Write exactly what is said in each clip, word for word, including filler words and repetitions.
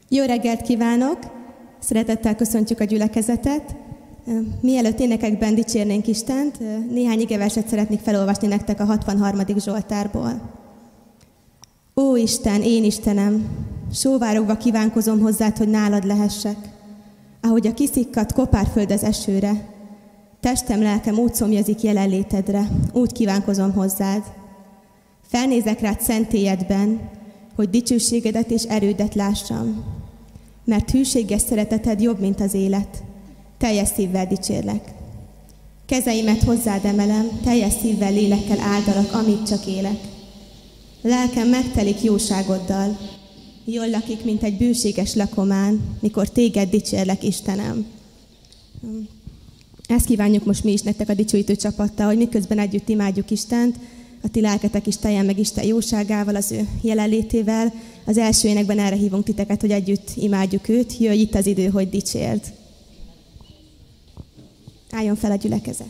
Jó reggelt kívánok! Szeretettel köszöntjük a gyülekezetet. Mielőtt énekekben dicsérnénk Istent, néhány igeverset szeretnék felolvasni nektek a hatvanharmadik Zsoltárból. Ó Isten, én Istenem, sóvárogva kívánkozom hozzád, hogy nálad lehessek. Ahogy a kiszikkadt kopárföld az esőre, testem, lelkem úgy szomjazik jelenlétedre, úgy kívánkozom hozzád. Felnézek rád szentélyedben, hogy dicsőségedet és erődet lássam, mert hűséges szereteted jobb, mint az élet. Teljes szívvel dicsérlek. Kezeimet hozzád emelem, teljes szívvel, lélekkel áldalak, amíg csak élek. Lelkem megtelik jóságoddal, jól lakik, mint egy bőséges lakomán, mikor téged dicsérlek, Istenem. Ezt kívánjuk most mi is nektek a dicsőítő csapattal, hogy miközben együtt imádjuk Istent, a ti lelketek is teljen meg Isten jóságával, az ő jelenlétével. Az első énekben erre hívunk titeket, hogy együtt imádjuk őt. Jöjj, itt az idő, hogy dicsérd. Álljon fel a gyülekezet.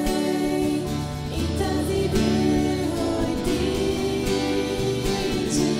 Itt az idő, hogy dicsérd.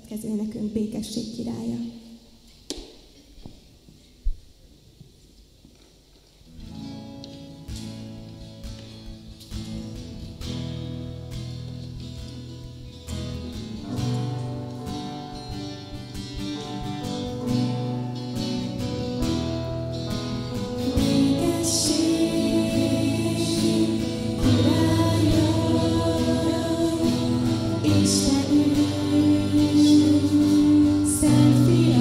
következő nekünk békesség királya. Szent Fia,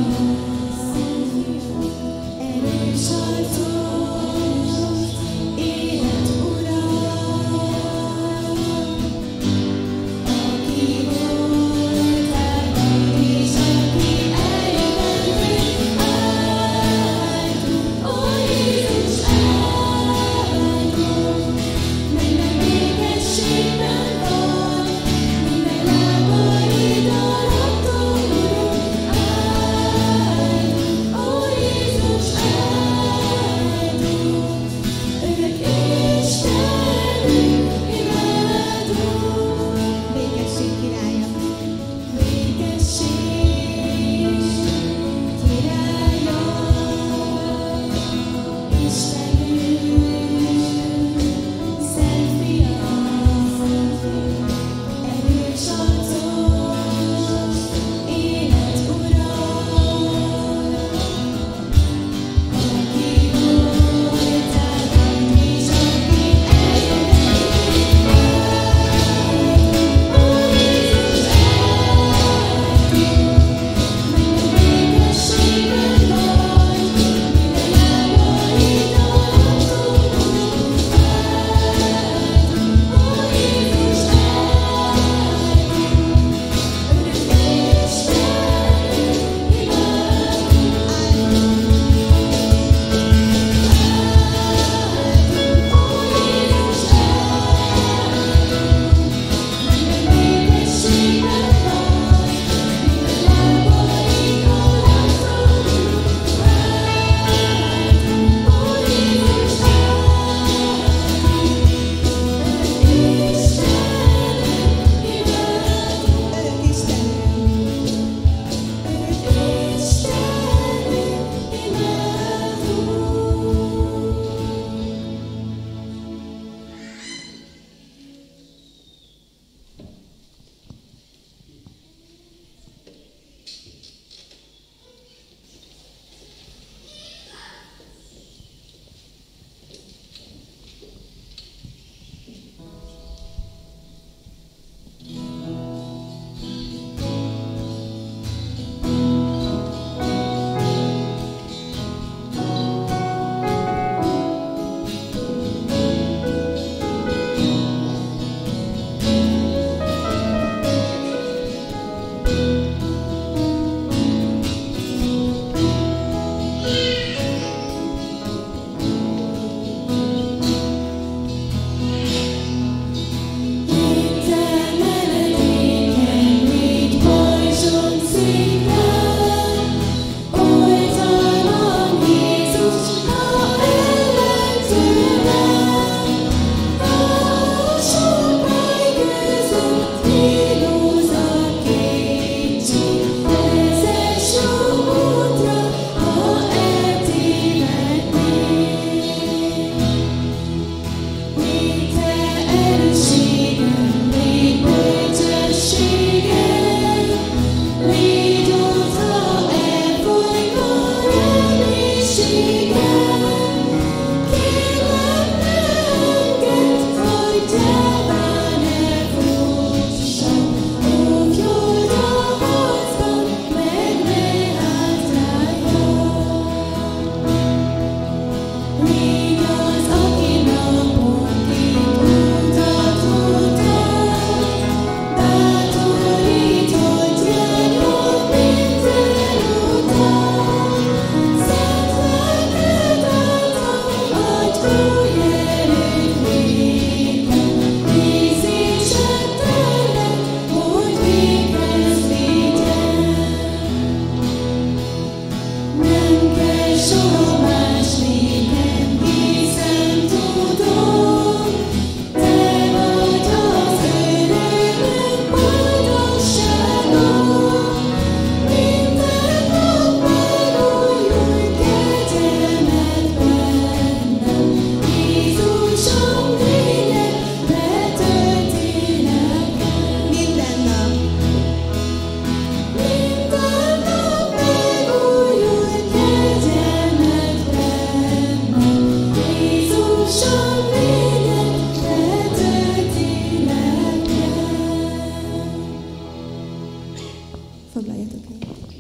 Foglaljatok el.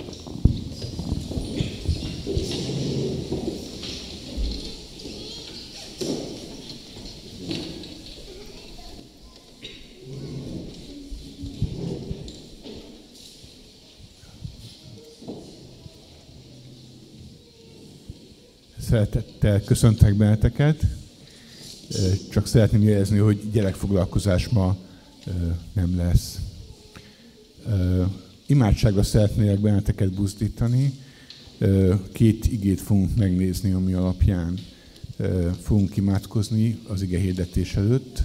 Szeretettel köszöntek benneteket. Csak szeretném jelezni, hogy gyerekfoglalkozás ma nem lesz. Imádságra szeretnélek benneteket buzdítani. Két igét fogunk megnézni, ami alapján fogunk imádkozni az ige hirdetés előtt.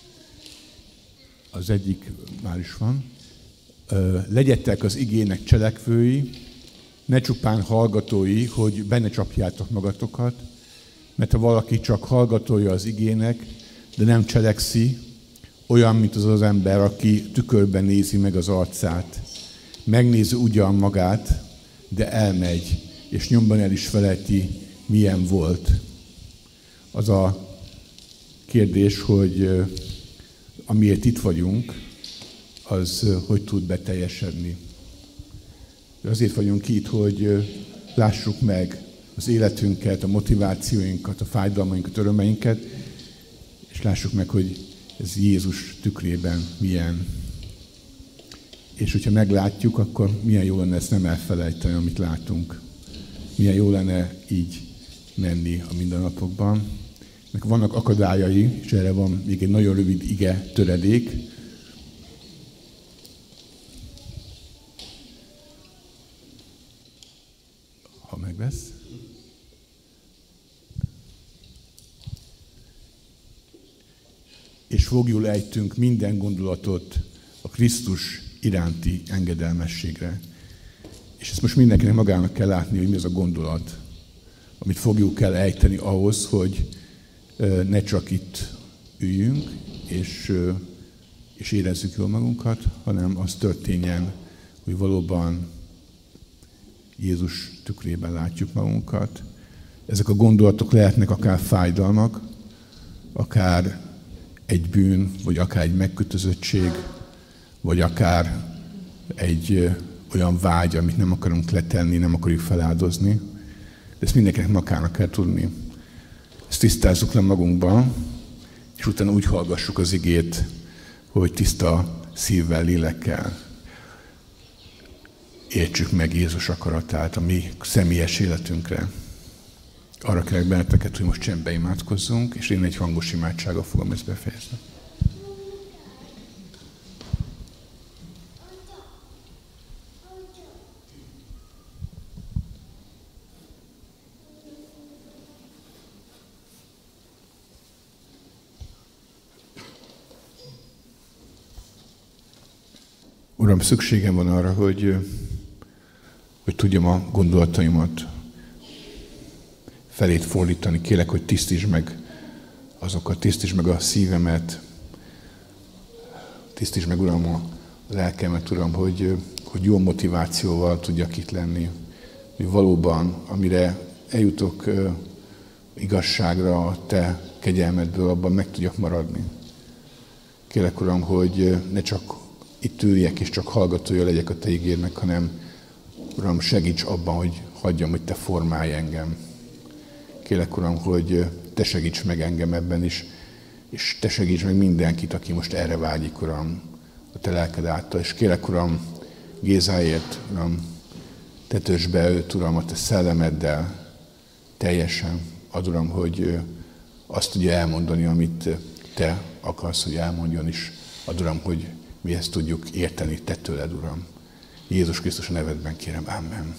Az egyik már is van. Legyetek az igének cselekvői, ne csupán hallgatói, hogy benne csapjátok magatokat, mert ha valaki csak hallgatója az igének, de nem cselekszi, olyan, mint az az ember, aki tükörben nézi meg az arcát. Megnézi ugyan magát, de elmegy, és nyomban el is felejti, milyen volt. Az a kérdés, hogy amiért itt vagyunk, az hogy tud beteljesedni. Azért vagyunk itt, hogy lássuk meg az életünket, a motivációinkat, a fájdalmainkat, örömeinket, és lássuk meg, hogy ez Jézus tükrében milyen. És hogyha meglátjuk, akkor milyen jó lenne ezt nem elfelejteni, amit látunk. Milyen jó lenne így menni a mindennapokban. Vannak akadályai, és erre van még egy nagyon rövid ige töredék. Ha meg lesz. És fogjul ejtünk minden gondolatot a Krisztus iránti engedelmességre. És ezt most mindenkinek magának kell látni, hogy mi az a gondolat, amit fogjuk kell ejteni ahhoz, hogy ne csak itt üljünk, és, és érezzük jól magunkat, hanem az történjen, hogy valóban Jézus tükrében látjuk magunkat. Ezek a gondolatok lehetnek akár fájdalmak, akár egy bűn, vagy akár egy megkötözöttség, vagy akár egy olyan vágy, amit nem akarunk letenni, nem akarjuk feláldozni. De ezt mindenkinek magának kell tudni. Ezt tisztázzuk le magunkban, és utána úgy hallgassuk az igét, hogy tiszta szívvel, lélekkel értsük meg Jézus akaratát a mi személyes életünkre. Arra kérlek benneteket, hogy most csendben imádkozzunk, és én egy hangos imádsággal fogom ezt befejezni. Uram, szükségem van arra, hogy, hogy tudjam a gondolataimat felét fordítani. Kérlek, hogy tisztítsd meg azokat, tisztítsd meg a szívemet, tisztítsd meg, Uram, a lelkemet, Uram, hogy, hogy jó motivációval tudjak itt lenni. Hogy valóban, amire eljutok igazságra a Te kegyelmedből, abban meg tudjak maradni. Kérlek, Uram, hogy ne csak itt üljek és csak hallgatója legyek a Te ígédnek, hanem Uram, segíts abban, hogy hagyjam, hogy Te formálj engem. Kérlek, Uram, hogy Te segíts meg engem ebben is, és Te segíts meg mindenkit, aki most erre vágyik, Uram, a Te lelked által. És kérlek, Uram, Gézáért, Uram, Te töltsd be őt, Uram, a Te szellemeddel teljesen. Ad, Uram, hogy azt tudja elmondani, amit Te akarsz, hogy elmondjon is. Ad, Uram, hogy mi ezt tudjuk érteni Te tőled, Uram. Jézus Krisztus nevedben kérem, amen.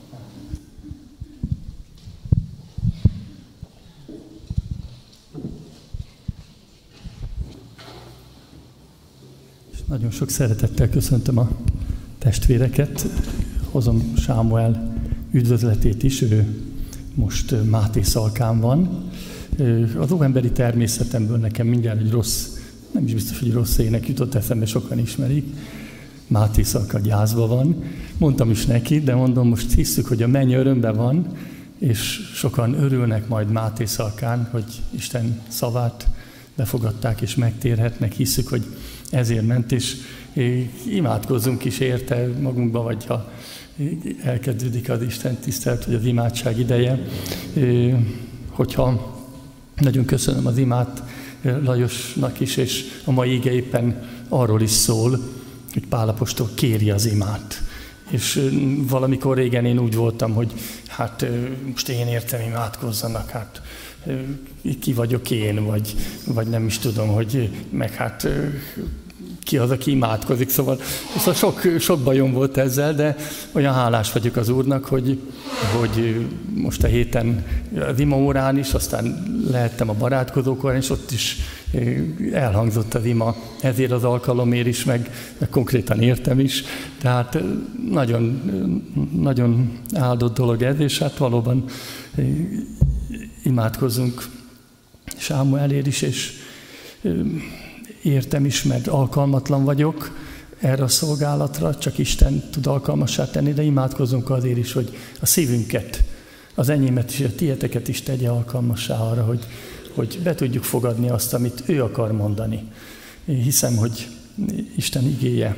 Nagyon sok szeretettel köszöntöm a testvéreket. Hozom Sámuel üdvözletét is, ő most Máté Szalkán van. Az óemberi természetemből nekem mindjárt egy rossz, nem is biztos, hogy rossz ének jutott eszembe, sokan ismerik. Máté Szalka gyászba van. Mondtam is neki, de mondom, most hisszük, hogy a menny örömben van, és sokan örülnek majd Máté Szalkán, hogy Isten szavát befogadták és megtérhetnek. Hisszük, hogy ezért ment, és Imádkozzunk is érte magunkba, vagy ha elkezdődik az Isten tisztelet, vagy az imádság ideje. Hogyha nagyon köszönöm az imát Lajosnak is, és a mai ige éppen arról is szól, hogy Pál apostol kéri az imát. És valamikor régen én úgy voltam, hogy hát most én értem, imádkozzanak, hát ki vagyok én, vagy, vagy nem is tudom, hogy meg hát ki az, aki imádkozik. Szóval, szóval sok, sok bajom volt ezzel, de olyan hálás vagyok az Úrnak, hogy, hogy most a héten az imaórán is, aztán lehettem a barátkozókor, és ott is elhangzott az ima ezért az alkalomért is, meg, meg konkrétan értem is. Tehát nagyon, nagyon áldott dolog ez, és hát valóban imádkozzunk Sámuelért is, és értem is, mert alkalmatlan vagyok erre a szolgálatra, csak Isten tud alkalmassá tenni, de imádkozzunk azért is, hogy a szívünket, az enyémet és a tieteket is tegye alkalmassá arra, hogy, hogy be tudjuk fogadni azt, amit ő akar mondani. Én hiszem, hogy Isten igéje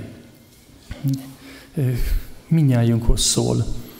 mindnyájunkhoz szól.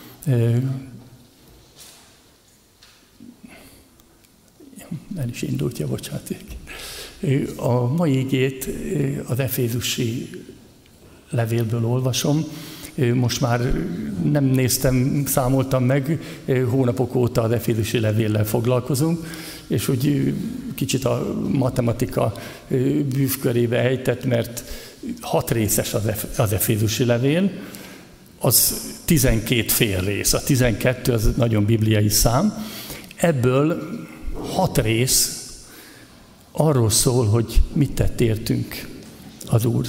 El is indult, ja, bocsánat. A mai igét az efézusi levélből olvasom. Most már nem néztem, számoltam meg, hónapok óta az efézusi levéllel foglalkozunk, és úgy kicsit a matematika bűvkörébe ejtett, mert hat részes az efézusi levél, az tizenkét fél rész, a tizenkettő az nagyon bibliai szám. Ebből hat rész arról szól, hogy mit tett értünk az Úr.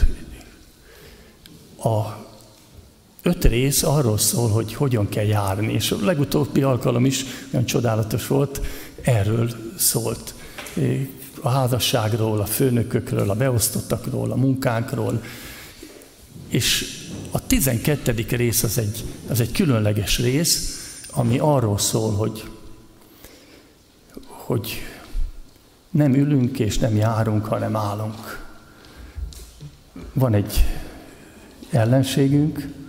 A öt rész arról szól, hogy hogyan kell járni, és a legutóbbi alkalom is olyan csodálatos volt, erről szólt. A házasságról, a főnökökről, a beosztottakról, a munkánkról. És a tizenkettedik rész az egy, az egy különleges rész, ami arról szól, hogy, hogy nem ülünk és nem járunk, hanem állunk. Van egy ellenségünk,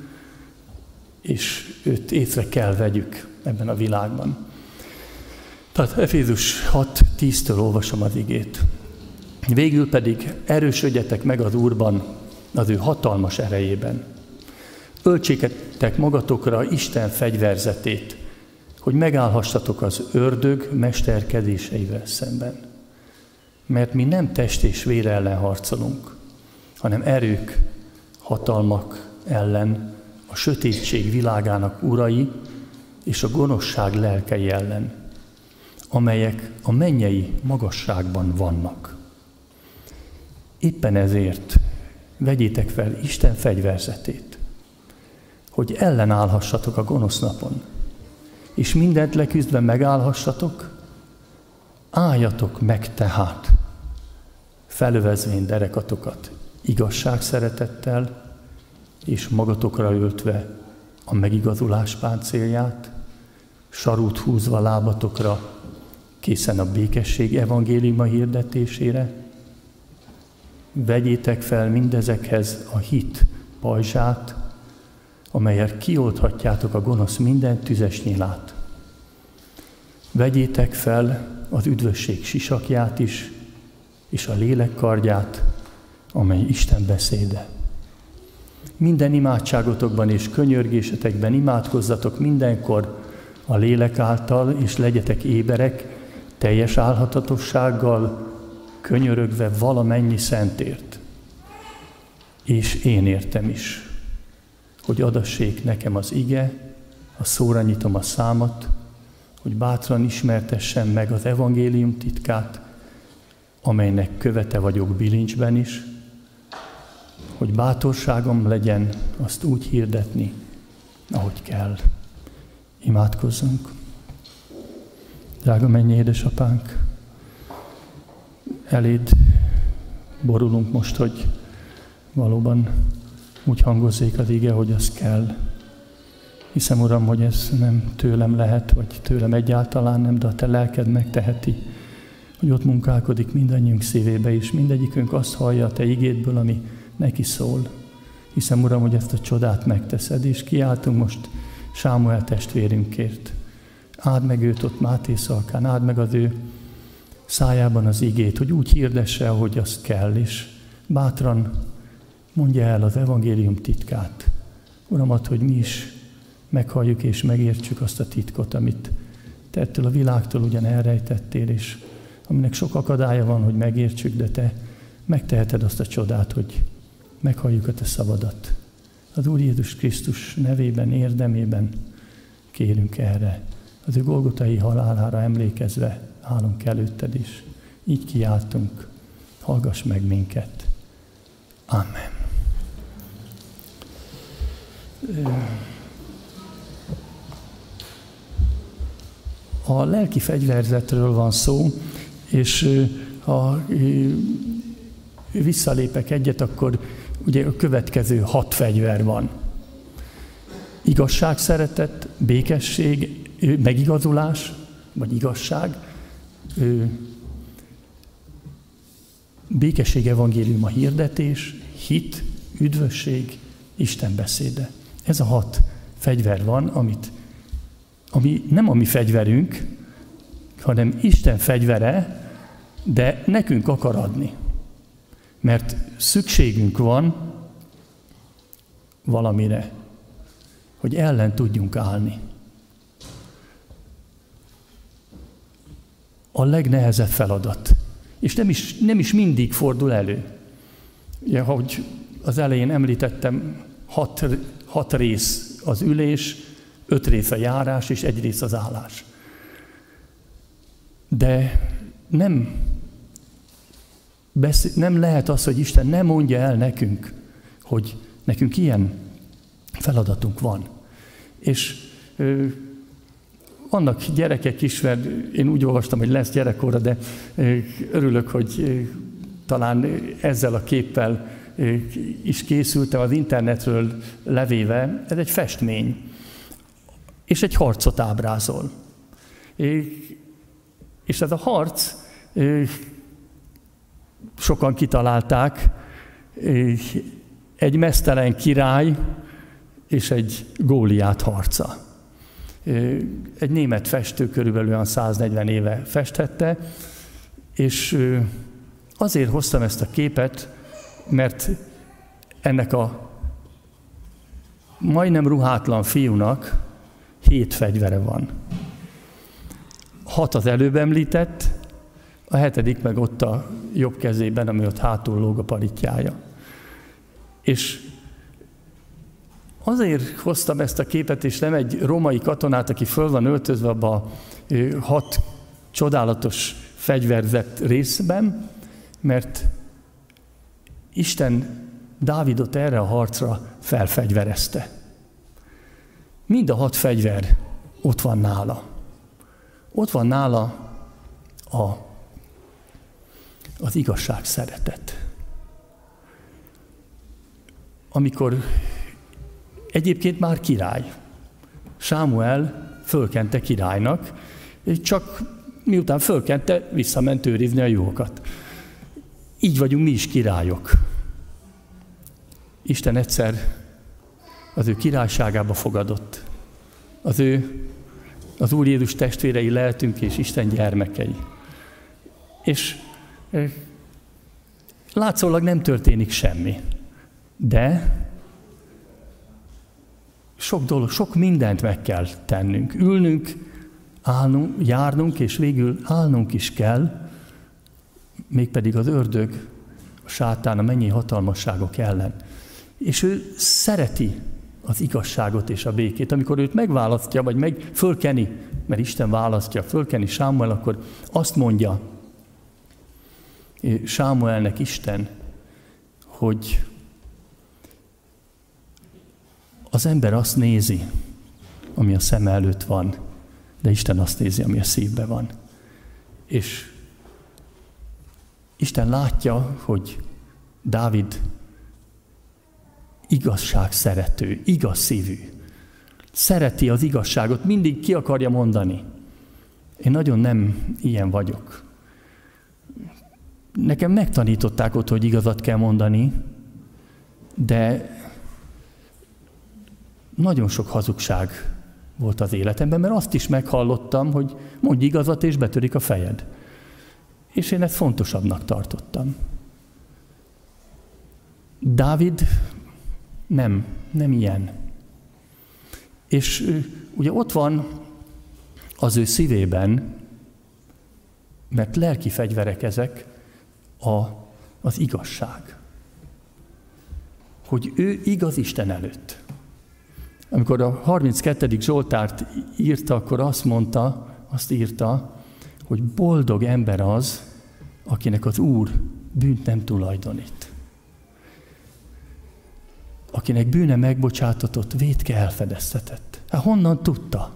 és őt észre kell vegyük ebben a világban. Tehát Efézus hat tíztől olvasom az igét. Végül pedig erősödjetek meg az Úrban, az ő hatalmas erejében. Öltsétek magatokra Isten fegyverzetét, hogy megállhassatok az ördög mesterkedéseivel szemben. Mert mi nem test és vér ellen harcolunk, hanem erők, hatalmak ellen, a sötétség világának urai és a gonoszság lelkei ellen, amelyek a mennyei magasságban vannak. Éppen ezért vegyétek fel Isten fegyverzetét, hogy ellenállhassatok a gonosz napon, és mindent leküzdve megállhassatok, álljatok meg tehát, felövezvén derekatokat igazság szeretettel, és magatokra öltve a megigazulás páncélját, sarút húzva lábatokra, készen a békesség evangéliuma hirdetésére. Vegyétek fel mindezekhez a hit pajzsát, amelyel kiolthatjátok a gonosz minden tüzes nyilát. Vegyétek fel az üdvösség sisakját is, és a lélek kardját, amely Isten beszéde. Minden imádságotokban és könyörgésetekben imádkozzatok mindenkor a lélek által, és legyetek éberek, teljes álhatatossággal, könyörögve valamennyi szentért. És én értem is, hogy adassék nekem az ige, ha szóra nyitom a számat, hogy bátran ismertessem meg az evangélium titkát, amelynek követe vagyok bilincsben is, hogy bátorságom legyen azt úgy hirdetni, ahogy kell. Imádkozzunk. Drága mennyi édesapánk, eléd borulunk most, hogy valóban úgy hangozzék az ige, hogy az kell. Hiszem, Uram, hogy ez nem tőlem lehet, vagy tőlem egyáltalán nem, de a Te lelked megteheti, hogy ott munkálkodik mindannyiunk szívébe is. Mindegyikünk azt hallja a Te igédből, ami neki szól. hiszem, Uram, hogy ezt a csodát megteszed, és kiáltunk most Sámuel testvérünkért. Áld meg őt ott Máté szalkán, áld meg az ő szájában az igét, hogy úgy hirdesse, ahogy azt kell, és bátran mondja el az evangélium titkát. Uram, add, hogy mi is meghalljuk és megértsük azt a titkot, amit Te ettől a világtól ugyan elrejtettél, és aminek sok akadálya van, hogy megértsük, de Te megteheted azt a csodát, hogy meghalljuk a Te szavadat. Az Úr Jézus Krisztus nevében, érdemében kérünk erre. Az ő golgotai halálára emlékezve állunk előtted is. Így kiáltunk, hallgass meg minket. Amen. A lelki fegyverzetről van szó, és ha visszalépek egyet, akkor ugye a következő hat fegyver van. Igazság, szeretet, békesség, megigazulás, vagy igazság, békesség, evangélium, a hirdetés, hit, üdvösség, Isten beszéde. Ez a hat fegyver van, amit, ami nem a mi fegyverünk, hanem Isten fegyvere, de nekünk akar adni. Mert szükségünk van valamire, hogy ellen tudjunk állni. A legnehezebb feladat. És nem is, nem is mindig fordul elő. Ugye, ahogy az elején említettem, hat, hat rész az ülés, öt rész a járás, és egy rész az állás. De nem, beszél, nem lehet az, hogy Isten nem mondja el nekünk, hogy nekünk ilyen feladatunk van. És ö, vannak gyerekek is, mert én úgy olvastam, hogy lesz gyerekkorra, de ö, örülök, hogy ö, talán ezzel a képpel ö, is készültem az internetről levéve. Ez egy festmény, és egy harcot ábrázol. És ez a harc, sokan kitalálták, egy meztelen király és egy Góliát harca. Egy német festő körülbelül olyan száznegyven éve festhette, és azért hoztam ezt a képet, mert ennek a majdnem ruhátlan fiúnak hét fegyvere van. Hat az előbb említett, a hetedik meg ott a jobb kezében, ami ott hátul lóg a paritjája. És azért hoztam ezt a képet, és nem egy római katonát, aki föl van öltözve abba a hat csodálatos fegyverzett részben, mert Isten Dávidot erre a harcra felfegyverezte. Mind a hat fegyver ott van nála. Ott van nála a, az igazság, szeretet. Amikor egyébként már király. Sámuel fölkente királynak, csak miután fölkente, visszament őrizni a juhokat. Így vagyunk mi is királyok. Isten egyszer az ő királyságába fogadott. Az ő, az Úr Jézus testvérei lehetünk, és Isten gyermekei. És eh, látszólag nem történik semmi, de sok dolog, sok mindent meg kell tennünk. Ülnünk, állnunk, járnunk, és végül állnunk is kell, mégpedig az ördög, a sátán, a mennyi hatalmasságok ellen. És ő szereti az igazságot és a békét. Amikor őt megválasztja, vagy meg fölkeni, mert Isten választja, fölkeni Sámuel, akkor azt mondja Sámuelnek Isten, hogy az ember azt nézi, ami a szeme előtt van, de Isten azt nézi, ami a szívben van. És Isten látja, hogy Dávid igazság szerető, igaz szívű. Szereti az igazságot, mindig ki akarja mondani. Én nagyon nem ilyen vagyok. Nekem megtanították ott, hogy igazat kell mondani, de nagyon sok hazugság volt az életemben, mert azt is meghallottam, hogy mondj igazat, és betörik a fejed. És én ezt fontosabbnak tartottam. Dávid nem, nem ilyen. És ugye ott van az ő szívében, mert lelki fegyverek ezek, a, az igazság. Hogy ő igaz Isten előtt. Amikor a harminckettedik Zsoltárt írta, akkor azt mondta, azt írta, hogy boldog ember az, akinek az Úr bűnt nem tulajdonít. Akinek bűne megbocsátatott, vétke elfedeztetett. Hát honnan tudta?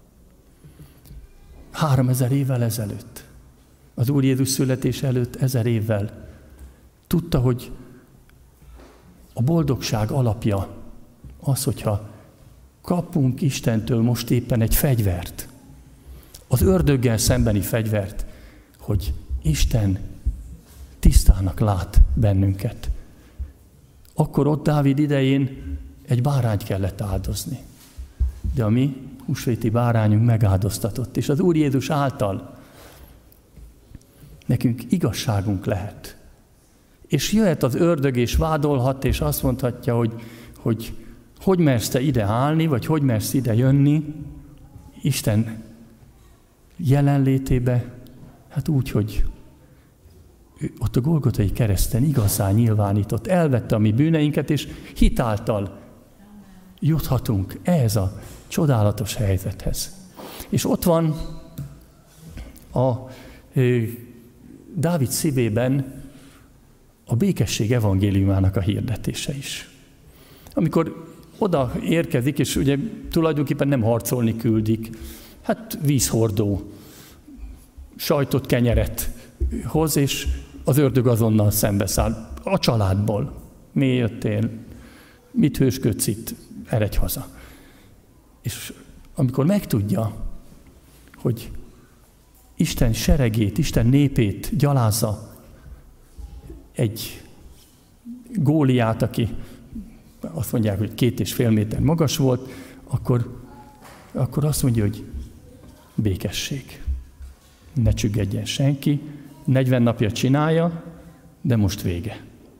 Háromezer évvel ezelőtt. Az Úr Jézus születése előtt ezer évvel. Tudta, hogy a boldogság alapja az, hogyha kapunk Istentől most éppen egy fegyvert, az ördöggel szembeni fegyvert, hogy Isten tisztának lát bennünket. Akkor ott Dávid idején egy bárányt kellett áldozni. De a mi húsvéti bárányunk megáldoztatott, és az Úr Jézus által nekünk igazságunk lehet. És jöhet az ördög, és vádolhat, és azt mondhatja, hogy hogy, hogy mersz te ide állni, vagy hogy mersz ide jönni Isten jelenlétébe, hát úgy, hogy ott a Golgotai kereszten igazán nyilvánított, elvette a mi bűneinket, és hitáltal juthatunk ehhez a csodálatos helyzethez. És ott van a ö, Dávid szívében a békesség evangéliumának a hirdetése is. Amikor oda érkezik, és ugye tulajdonképpen nem harcolni küldik, hát vízhordó, sajtot, kenyeret hoz, és az ördög azonnal szembeszáll. A családból. Mi jöttél? Mit hősködsz itt? Eredj haza. És amikor megtudja, hogy Isten seregét, Isten népét gyalázza egy Góliát, aki azt mondják, hogy két és fél méter magas volt, akkor, akkor azt mondja, hogy békesség. Ne csüggedjen senki, negyven napja csinálja, de most vége.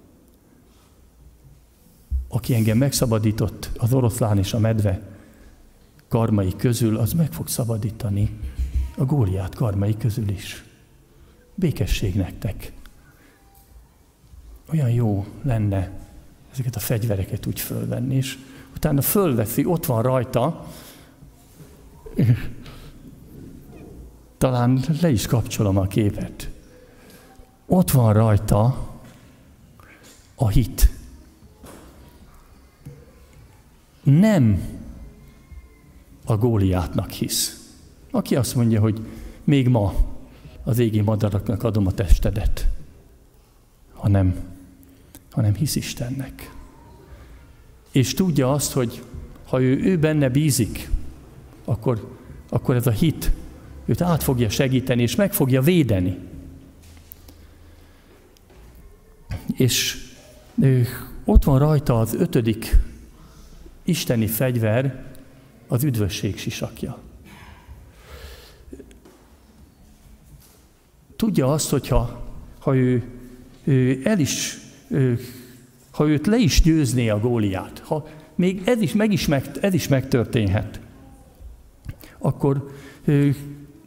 Aki engem megszabadított az oroszlán és a medve karmai közül, az meg fog szabadítani a Góliát karmai közül is. Békesség nektek. Olyan jó lenne ezeket a fegyvereket úgy fölvenni, és utána fölveszi, ott van rajta, talán le is kapcsolom a képet. Ott van rajta a hit. Nem a Góliátnak hisz. Aki azt mondja, hogy még ma az égi madaraknak adom a testedet, hanem, hanem hisz Istennek. És tudja azt, hogy ha ő, ő benne bízik, akkor, akkor ez a hit őt át fogja segíteni, és meg fogja védeni. És ő, ott van rajta az ötödik isteni fegyver, az üdvösség sisakja. Tudja azt, hogyha ha ő, ő el is, ő, ha őt le is győzné a Góliát, ha még ez is, meg is, meg, ez is megtörténhet, akkor ő,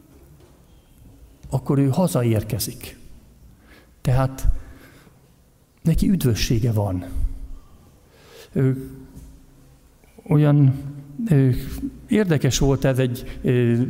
akkor ő hazaérkezik. Tehát neki üdvössége van. Ő, olyan ő, érdekes volt ez egy, ő,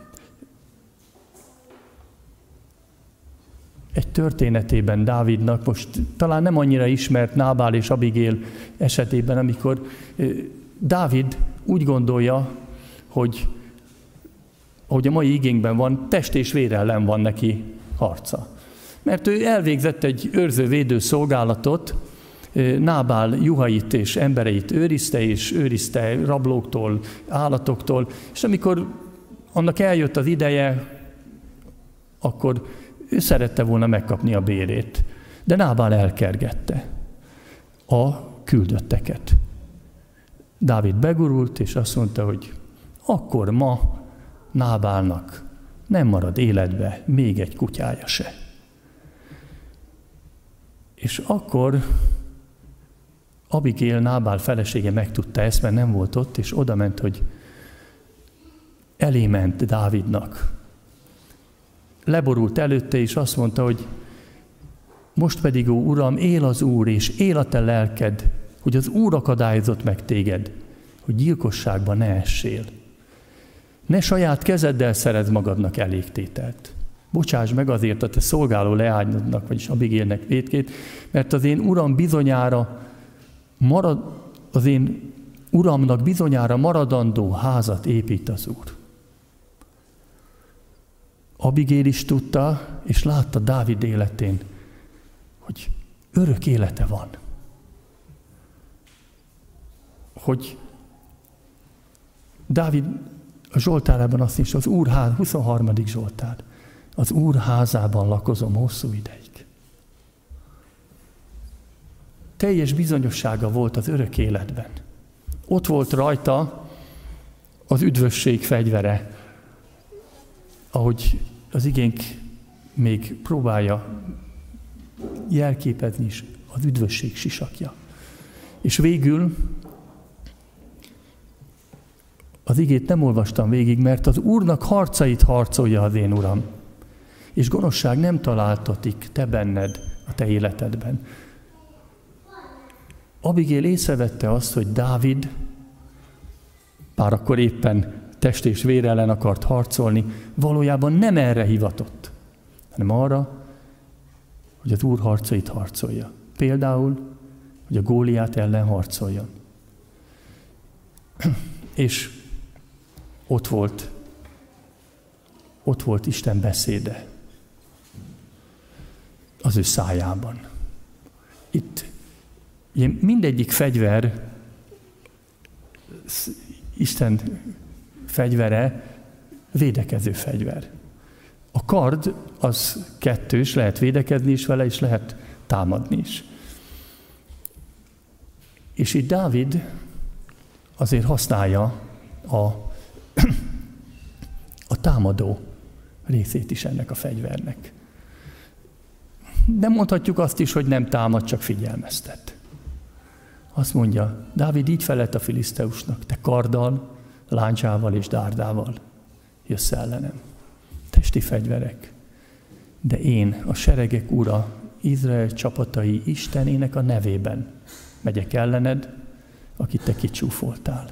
egy történetében Dávidnak, most talán nem annyira ismert Nábál és Abigail esetében, amikor ő, Dávid úgy gondolja, hogy ahogy a mai igénkben van, test és vér ellen van neki harca. Mert ő elvégzett egy őrző-védő szolgálatot, Nábál juhait és embereit őrizte, és őrizte rablóktól, állatoktól, és amikor annak eljött az ideje, akkor ő szerette volna megkapni a bérét. De Nábál elkergette a küldötteket. Dávid begurult, és azt mondta, hogy akkor ma Nábálnak nem marad életbe még egy kutyája se. És akkor Abigail, Nábál felesége megtudta ezt, mert nem volt ott, és oda ment, hogy elé ment Dávidnak. Leborult előtte, és azt mondta, hogy most pedig, ó Uram, él az Úr, és él a te lelked, hogy az Úr akadályozott meg téged, hogy gyilkosságba ne essél. Ne saját kezeddel szerezd magadnak elégtételt. Bocsáss meg azért a te szolgáló leányodnak, vagyis Abigailnek vétkét, mert az én Uram bizonyára marad, az én Uramnak bizonyára maradandó házat épít az Úr. Abigail is tudta, és látta Dávid életén, hogy örök élete van. Hogy Dávid a Zsoltárában azt is, az Úr ház, huszonharmadik Zsoltár, az Úr házában lakozom hosszú ideig. Teljes bizonyossága volt az örök életben. Ott volt rajta az üdvösség fegyvere, ahogy az igénk még próbálja jelképezni is, az üdvösség sisakja. És végül az igét nem olvastam végig, mert az Úrnak harcait harcolja az én Uram, és gonoszság nem találtatik te benned, a te életedben. Abigail észrevette azt, hogy Dávid, bár akkor éppen test és vér ellen akart harcolni, valójában nem erre hivatott, hanem arra, hogy az Úr harcait harcolja. Például, hogy a Góliát ellen harcoljon. És ott volt, ott volt Isten beszéde az ő szájában. Itt mindegyik fegyver, Isten fegyvere, védekező fegyver. A kard az kettős, lehet védekezni is vele, és lehet támadni is. És itt Dávid azért használja a, a támadó részét is ennek a fegyvernek. Nem mondhatjuk azt is, hogy nem támad, csak figyelmeztet. Azt mondja, Dávid így felelt a filiszteusnak, te karddal, láncsával és dárdával jössz ellenem. Testi fegyverek. De én, a seregek ura, Izrael csapatai Istenének a nevében megyek ellened, akit te kicsúfoltál.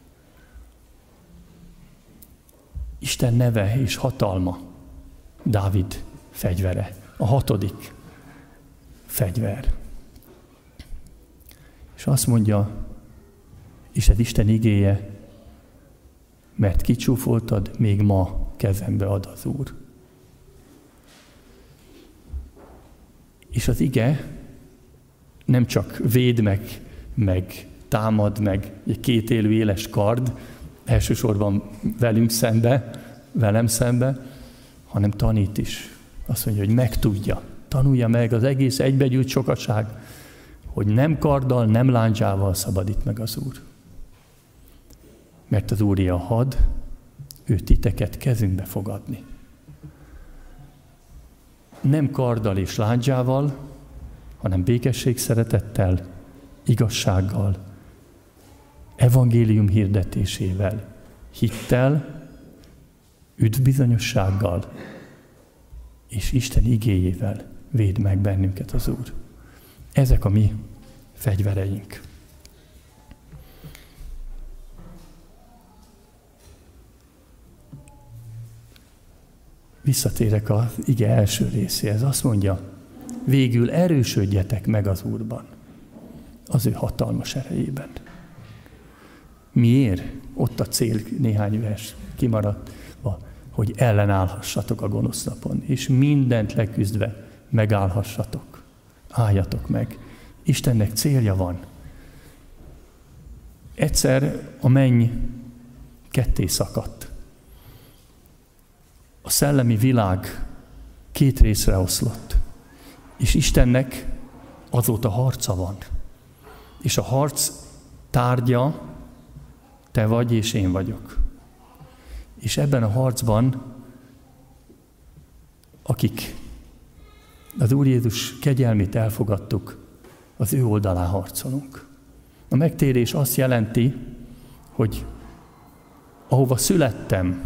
Isten neve és hatalma, Dávid fegyvere. A hatodik fegyver. És azt mondja, és ez Isten igéje, mert kicsúfoltad, még ma kezembe ad az Úr. És az ige nem csak véd meg, meg támad, meg egy kétélű éles kard, elsősorban velünk szembe, velem szembe, hanem tanít is. Azt mondja, hogy megtudja, tanulja meg az egész egybegyűlt sokaság, hogy nem karddal, nem lándzsával szabadít meg az Úr. Mert az Úré a had, ő titeket kezünkbe fog adni. Nem karddal és lándzsával, hanem békesség szeretettel, igazsággal, evangélium hirdetésével, hittel, üdvbizonyossággal és Isten igéjével véd meg bennünket az Úr. Ezek a mi fegyvereink. Visszatérek az ige első részéhez. Azt mondja, végül erősödjetek meg az Úrban, az ő hatalmas erejében. Miért? Ott a cél, néhány vers kimaradt, hogy ellenállhassatok a gonosz napon, és mindent leküzdve megállhassatok. Álljatok meg. Istennek célja van. Egyszer a menny ketté szakadt. A szellemi világ két részre oszlott. És Istennek azóta harca van. És a harc tárgya te vagy és én vagyok. És ebben a harcban, akik az Úr Jézus kegyelmét elfogadtuk, az ő oldalán harcolunk. A megtérés azt jelenti, hogy ahova születtem,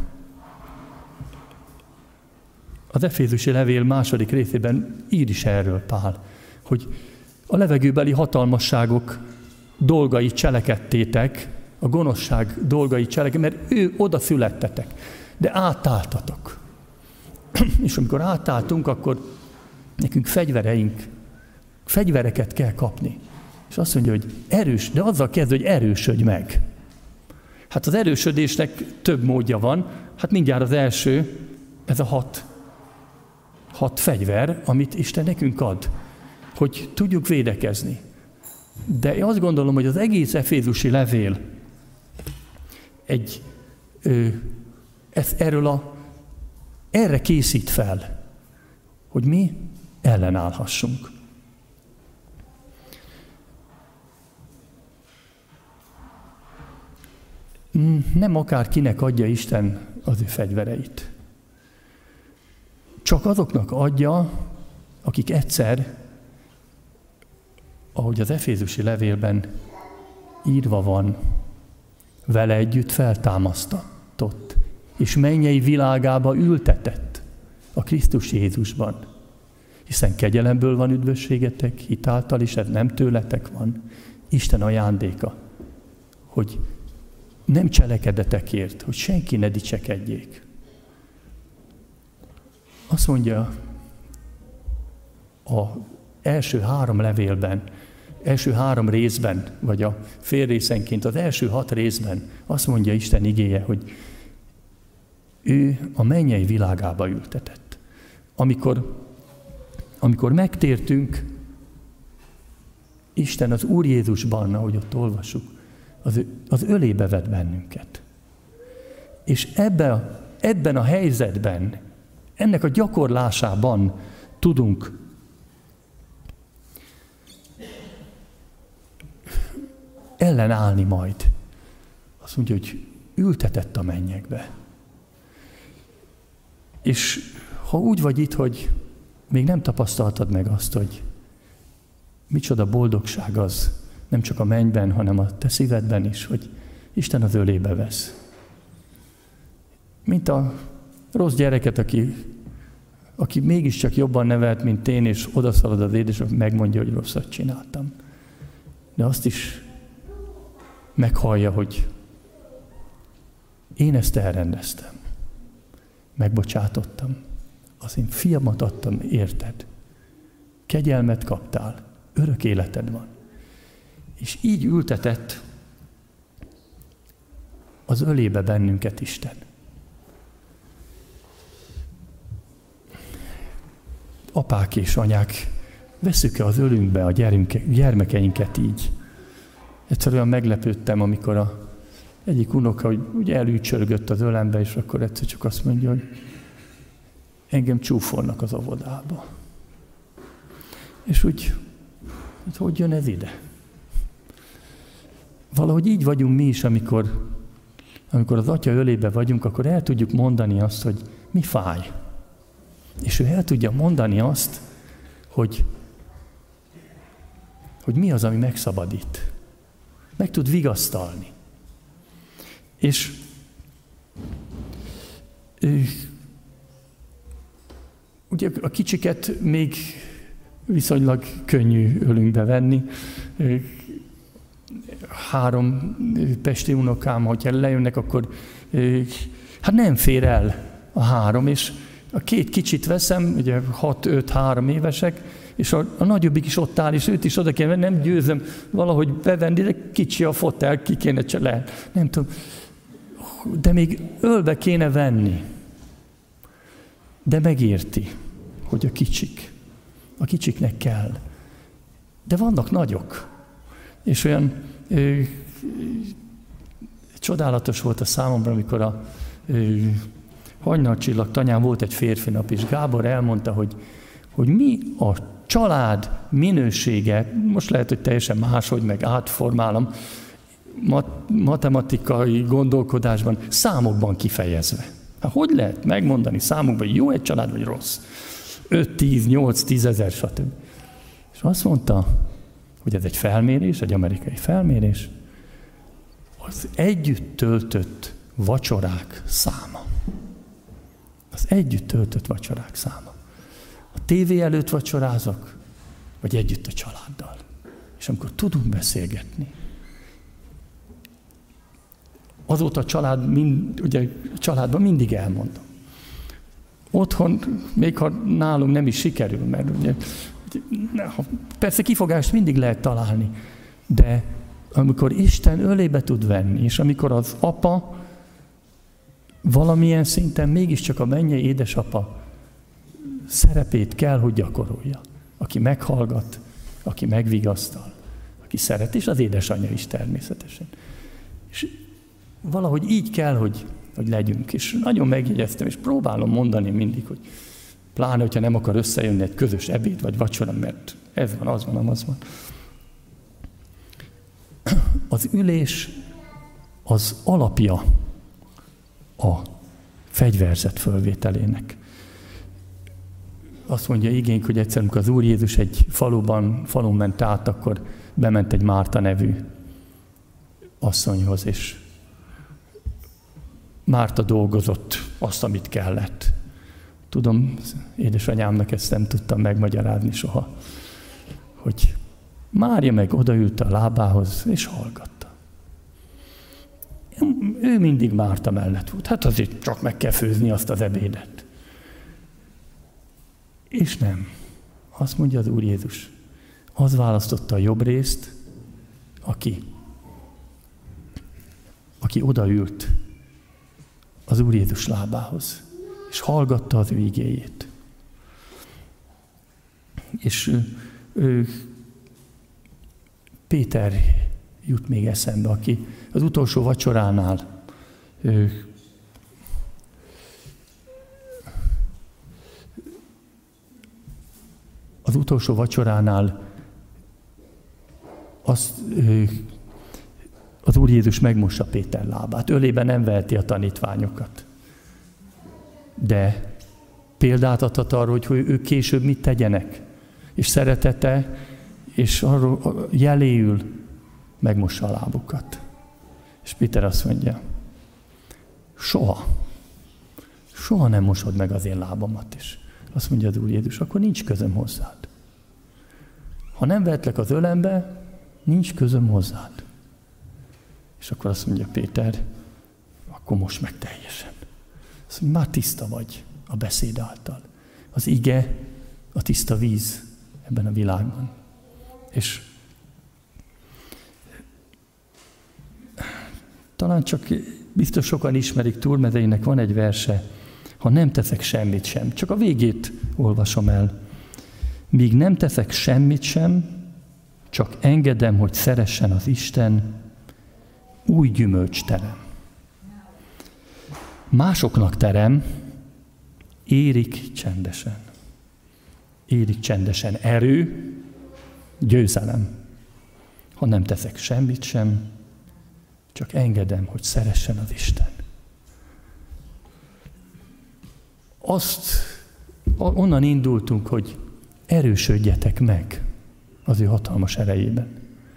az Efézusi levél második részében ír is erről Pál, hogy a levegőbeli hatalmasságok dolgai cselekedtétek, a gonoszság dolgai cselekedtétek, mert ő oda születtetek, de átálltatok. És amikor átálltunk, akkor nekünk fegyvereink, fegyvereket kell kapni. És azt mondja, hogy erős, de azzal kezd, hogy erősödj meg. Hát az erősödésnek több módja van. Hát mindjárt az első, ez a hat, hat fegyver, amit Isten nekünk ad, hogy tudjuk védekezni. De én azt gondolom, hogy az egész efézusi levél egy, ö, ez erről a, erre készít fel, hogy mi ellenállhassunk. Nem akárkinek adja Isten az ő fegyvereit. Csak azoknak adja, akik egyszer, ahogy az efézusi levélben írva van, vele együtt feltámasztatott, és mennyei világába ültetett a Krisztus Jézusban. Hiszen kegyelemből van üdvösségetek, hitáltal is, ez nem tőletek van. Isten ajándéka, hogy nem cselekedetekért, hogy senki ne dicsekedjék. Azt mondja az első három levélben, első három részben, vagy a fél részenként, az első hat részben azt mondja Isten igéje, hogy ő a mennyei világába ültetett. Amikor, amikor megtértünk, Isten az Úr Jézusban, ahogy ott olvassuk, az, az ölébe vett bennünket. És ebben, ebben a helyzetben, ennek a gyakorlásában tudunk ellenállni majd. Azt mondja, hogy ültetett a mennyekbe. És ha úgy vagy itt, hogy még nem tapasztaltad meg azt, hogy micsoda boldogság az, nem csak a mennyben, hanem a te szívedben is, hogy Isten az ölébe vesz. Mint a rossz gyereket, aki, aki mégiscsak jobban nevelt, mint én, és odaszalad az édesapja, megmondja, hogy rosszat csináltam. De azt is meghallja, hogy én ezt elrendeztem. Megbocsátottam. Az én fiamat adtam, érted? Kegyelmet kaptál, örök életed van. És így ültetett az ölébe bennünket Isten. Apák és anyák, vesszük-e az ölünkbe a gyermekeinket így? Egyszerűen meglepődtem, amikor a egyik unoka hogy úgy elücsörgött az ölembe, és akkor egyszer csak azt mondja, hogy engem csúfolnak az óvodába. És úgy, hogy hogy jön ez ide? Valahogy így vagyunk mi is, amikor, amikor az Atya ölébe vagyunk, akkor el tudjuk mondani azt, hogy mi fáj. És ő el tudja mondani azt, hogy, hogy mi az, ami megszabadít. Meg tud vigasztalni. És ugye a kicsiket még viszonylag könnyű ölünkbe venni. Három pesti unokám, hogyha lejönnek, akkor hát nem fér el a három, és a két kicsit veszem, ugye hat, öt, három évesek, és a, a nagyobbik is ott áll, és őt is oda kell venni, nem győzöm valahogy bevenni, de kicsi a fotel, ki kéne csinálni. Nem tudom, de még ölbe kéne venni. De megérti, hogy a kicsik, a kicsiknek kell. De vannak nagyok. És olyan ö, csodálatos volt a számomra, amikor a ö, Hajnalcsillag tanyán volt egy férfi nap, és Gábor elmondta, hogy, hogy mi a család minősége, most lehet, hogy teljesen máshogy, meg átformálom, mat- matematikai gondolkodásban számokban kifejezve. Hát hogy lehet megmondani számokban, hogy jó egy család, vagy rossz? öt, tíz, nyolc, tízezer, stb. És azt mondta, hogy ez egy felmérés, egy amerikai felmérés, az együtt töltött vacsorák száma. Az együtt töltött vacsorák száma. A tévé előtt vacsorázok, vagy együtt a családdal. És amikor tudunk beszélgetni. Azóta a család, mind, ugye, a családban mindig elmondom. Otthon, még ha nálunk nem is sikerül, mert ugye, persze kifogást mindig lehet találni, de amikor Isten ölébe tud venni, és amikor az apa valamilyen szinten mégiscsak a mennyei édesapa szerepét kell, hogy gyakorolja. Aki meghallgat, aki megvigasztal, aki szeret, és az édesanyja is természetesen. És valahogy így kell, hogy, hogy legyünk. És nagyon megjegyeztem, és próbálom mondani mindig, hogy pláne, hogyha nem akar összejönni egy közös ebéd vagy vacsora, mert ez van, az van, az van. Az ülés az alapja a fegyverzet fölvételének. Azt mondja igénk, hogy egyszer, amikor az Úr Jézus egy faluban, falun ment át, akkor bement egy Márta nevű asszonyhoz, és Márta dolgozott azt, amit kellett. Tudom, édesanyámnak ezt nem tudtam megmagyarázni soha, hogy Mária meg odaült a lábához, és hallgatta. Ő mindig Márta mellett volt. Hát azért csak meg kell főzni azt az ebédet. És nem. Azt mondja az Úr Jézus. Az választotta a jobb részt, aki, aki odaült az Úr Jézus lábához, és hallgatta az ő igéjét. És ő, ő, Péter jut még eszembe, aki az utolsó vacsoránál ő, az utolsó vacsoránál azt, ő, az Úr Jézus megmossa Péter lábát. Ölébe nem veheti a tanítványokat. De példát adhat arra, hogy ők később mit tegyenek. És szeretete, és arról jeléül megmossa a lábukat. És Péter azt mondja, soha, soha nem mosod meg az én lábamat is. Azt mondja az Úr Jézus, akkor nincs közöm hozzád. Ha nem vehetlek az ölembe, nincs közöm hozzád. És akkor azt mondja Péter, akkor most meg teljesen. Azt mondja, már tiszta vagy a beszéd által. Az ige, a tiszta víz ebben a világban. És talán csak biztos sokan ismerik, Túlmezeinek van egy verse, ha nem teszek semmit sem, csak a végét olvasom el. Míg nem teszek semmit sem, csak engedem, hogy szeressen az Isten, új gyümölcs terem. Másoknak terem, érik csendesen. Érik csendesen erő, győzelem. Ha nem teszek semmit sem, csak engedem, hogy szeressen az Isten. Azt, onnan indultunk, hogy erősödjetek meg az ő hatalmas erejében.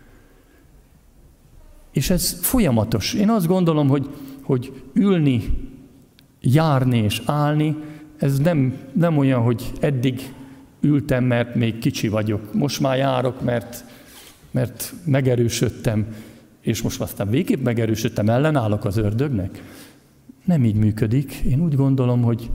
És ez folyamatos. Én azt gondolom, hogy, hogy ülni, járni és állni, ez nem, nem olyan, hogy eddig ültem, mert még kicsi vagyok. Most már járok, mert, mert megerősödtem, és most aztán végképp megerősödtem, ellenállok az ördögnek. Nem így működik. Én úgy gondolom, hogy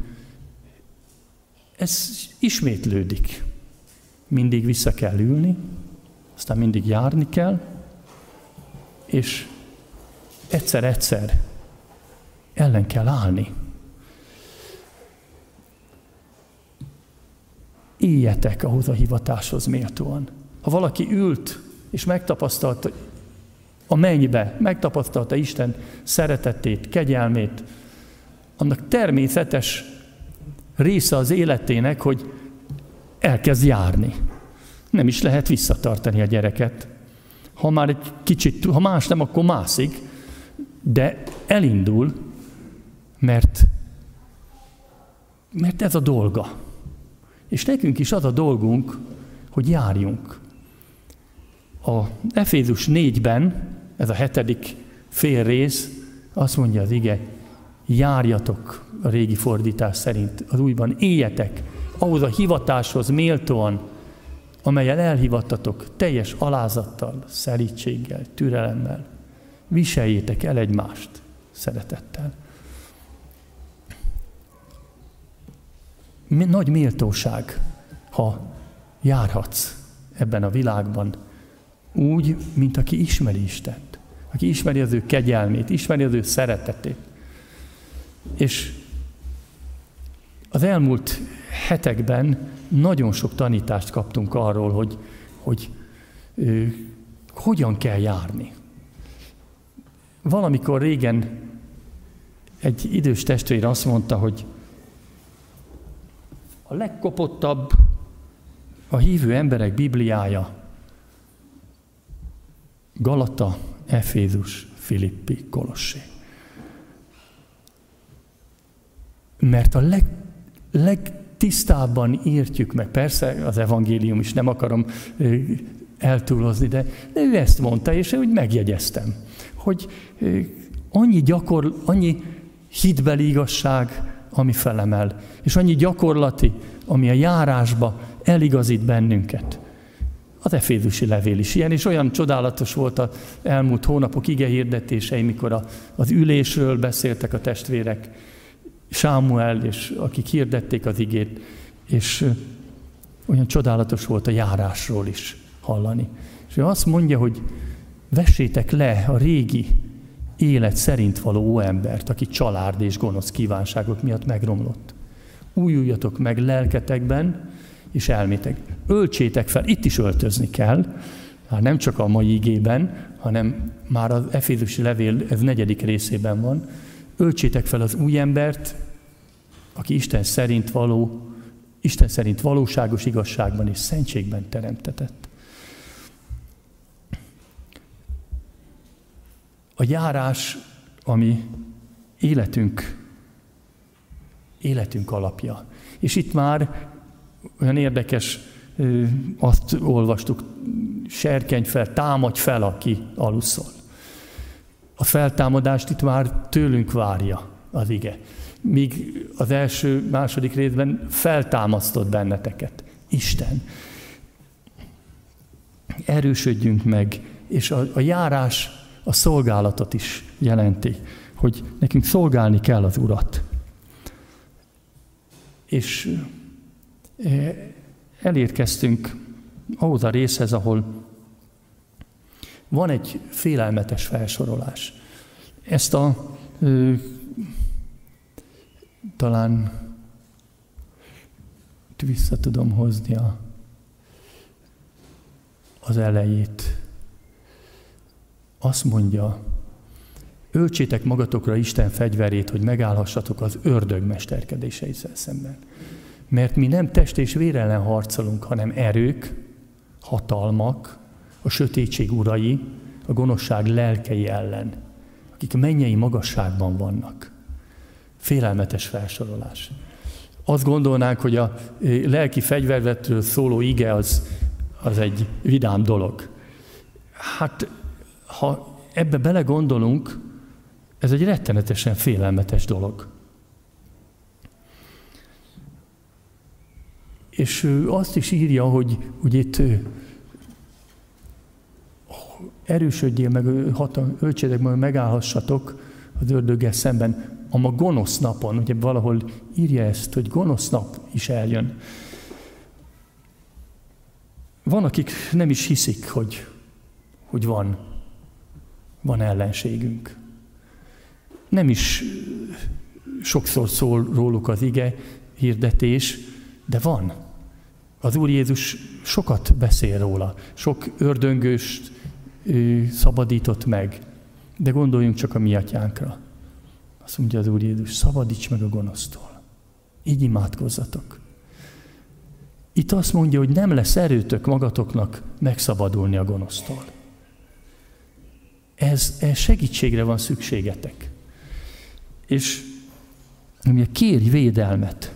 ez ismétlődik. Mindig vissza kell ülni, aztán mindig járni kell, és egyszer-egyszer ellen kell állni. Éljetek ahhoz a hivatáshoz méltóan. Ha valaki ült, és megtapasztalta a mennybe, megtapasztalta Isten szeretetét, kegyelmét, annak természetes része az életének, hogy elkezd járni. Nem is lehet visszatartani a gyereket. ha már egy kicsit, ha más nem, akkor mászik, de elindul, mert, mert ez a dolga. És nekünk is az a dolgunk, hogy járjunk. A Efézus négyben, ez a hetedik fél rész, azt mondja az ige, járjatok a régi fordítás szerint, az újban éljetek, ahhoz a hivatáshoz méltóan, amellyel elhivattatok, teljes alázattal, szelídséggel, türelemmel. Viseljétek el egymást szeretettel. Nagy méltóság, ha járhatsz ebben a világban úgy, mint aki ismeri Istent, aki ismeri az ő kegyelmét, ismeri az ő szeretetét. És az elmúlt hetekben nagyon sok tanítást kaptunk arról, hogy, hogy ö, hogyan kell járni. Valamikor régen egy idős testvér azt mondta, hogy a legkopottabb a hívő emberek Bibliája Galata, Efézus, Filippi, Kolossé. Mert a leg, legtisztábban értjük meg, persze az evangélium is, nem akarom eltúlozni, de, de ő ezt mondta, és úgy megjegyeztem, hogy annyi gyakor, annyi hitbeli igazság, ami felemel, és annyi gyakorlati, ami a járásba eligazít bennünket. Az efézusi levél is ilyen, és olyan csodálatos volt az elmúlt hónapok igehirdetései, mikor a, az ülésről beszéltek a testvérek, Sámuel, és akik hirdették az igét, és olyan csodálatos volt a járásról is hallani. És ő azt mondja, hogy vessétek le a régi élet szerint való óembert, aki család és gonosz kívánságok miatt megromlott. Újuljatok meg lelketekben és elmétek. Öltsétek fel, itt is öltözni kell, hát nem csak a mai igében, hanem már az efézusi levél, ez negyedik részében van. Öltsétek fel az új embert, aki Isten szerint való, Isten szerint valóságos igazságban és szentségben teremtetett. A járás, ami életünk, életünk alapja. És itt már olyan érdekes, azt olvastuk, serkenj fel, támadj fel, aki alusszol. A feltámadást itt már tőlünk várja az ige. Míg az első, második részben feltámasztott benneteket Isten. Erősödjünk meg, és a, a járás a szolgálatot is jelenti, hogy nekünk szolgálni kell az Urat. És elérkeztünk ahhoz a részhez, ahol van egy félelmetes felsorolás. Ezt a ö, talán vissza tudom hozni a, az elejét. Azt mondja, öltsétek magatokra Isten fegyverét, hogy megállhassatok az ördög mesterkedéseivel szemben. Mert mi nem test és vér ellen harcolunk, hanem erők, hatalmak, a sötétség urai, a gonoszság lelkei ellen, akik mennyei magasságban vannak. Félelmetes felsorolás. Azt gondolnánk, hogy a lelki fegyverzetről szóló ige az, az egy vidám dolog. Hát, ha ebbe belegondolunk, ez egy rettenetesen félelmetes dolog. És ő azt is írja, hogy, hogy itt erősödjél meg, öltsétek meg, megállhassatok az ördöggel szemben. A ma gonosz napon, ugye valahol írja ezt, hogy gonosz nap is eljön. Van, akik nem is hiszik, hogy, hogy van, van ellenségünk. Nem is sokszor szól róluk az ige hirdetés, de van. Az Úr Jézus sokat beszél róla, sok ördöngőst ő, szabadított meg, de gondoljunk csak a mi atyánkra. Azt mondja az Úr Jézus, szabadíts meg a gonosztól. Így imádkozzatok. Itt azt mondja, hogy nem lesz erőtök magatoknak megszabadulni a gonosztól. ez, ez segítségre van szükségetek. És ugye kérj védelmet.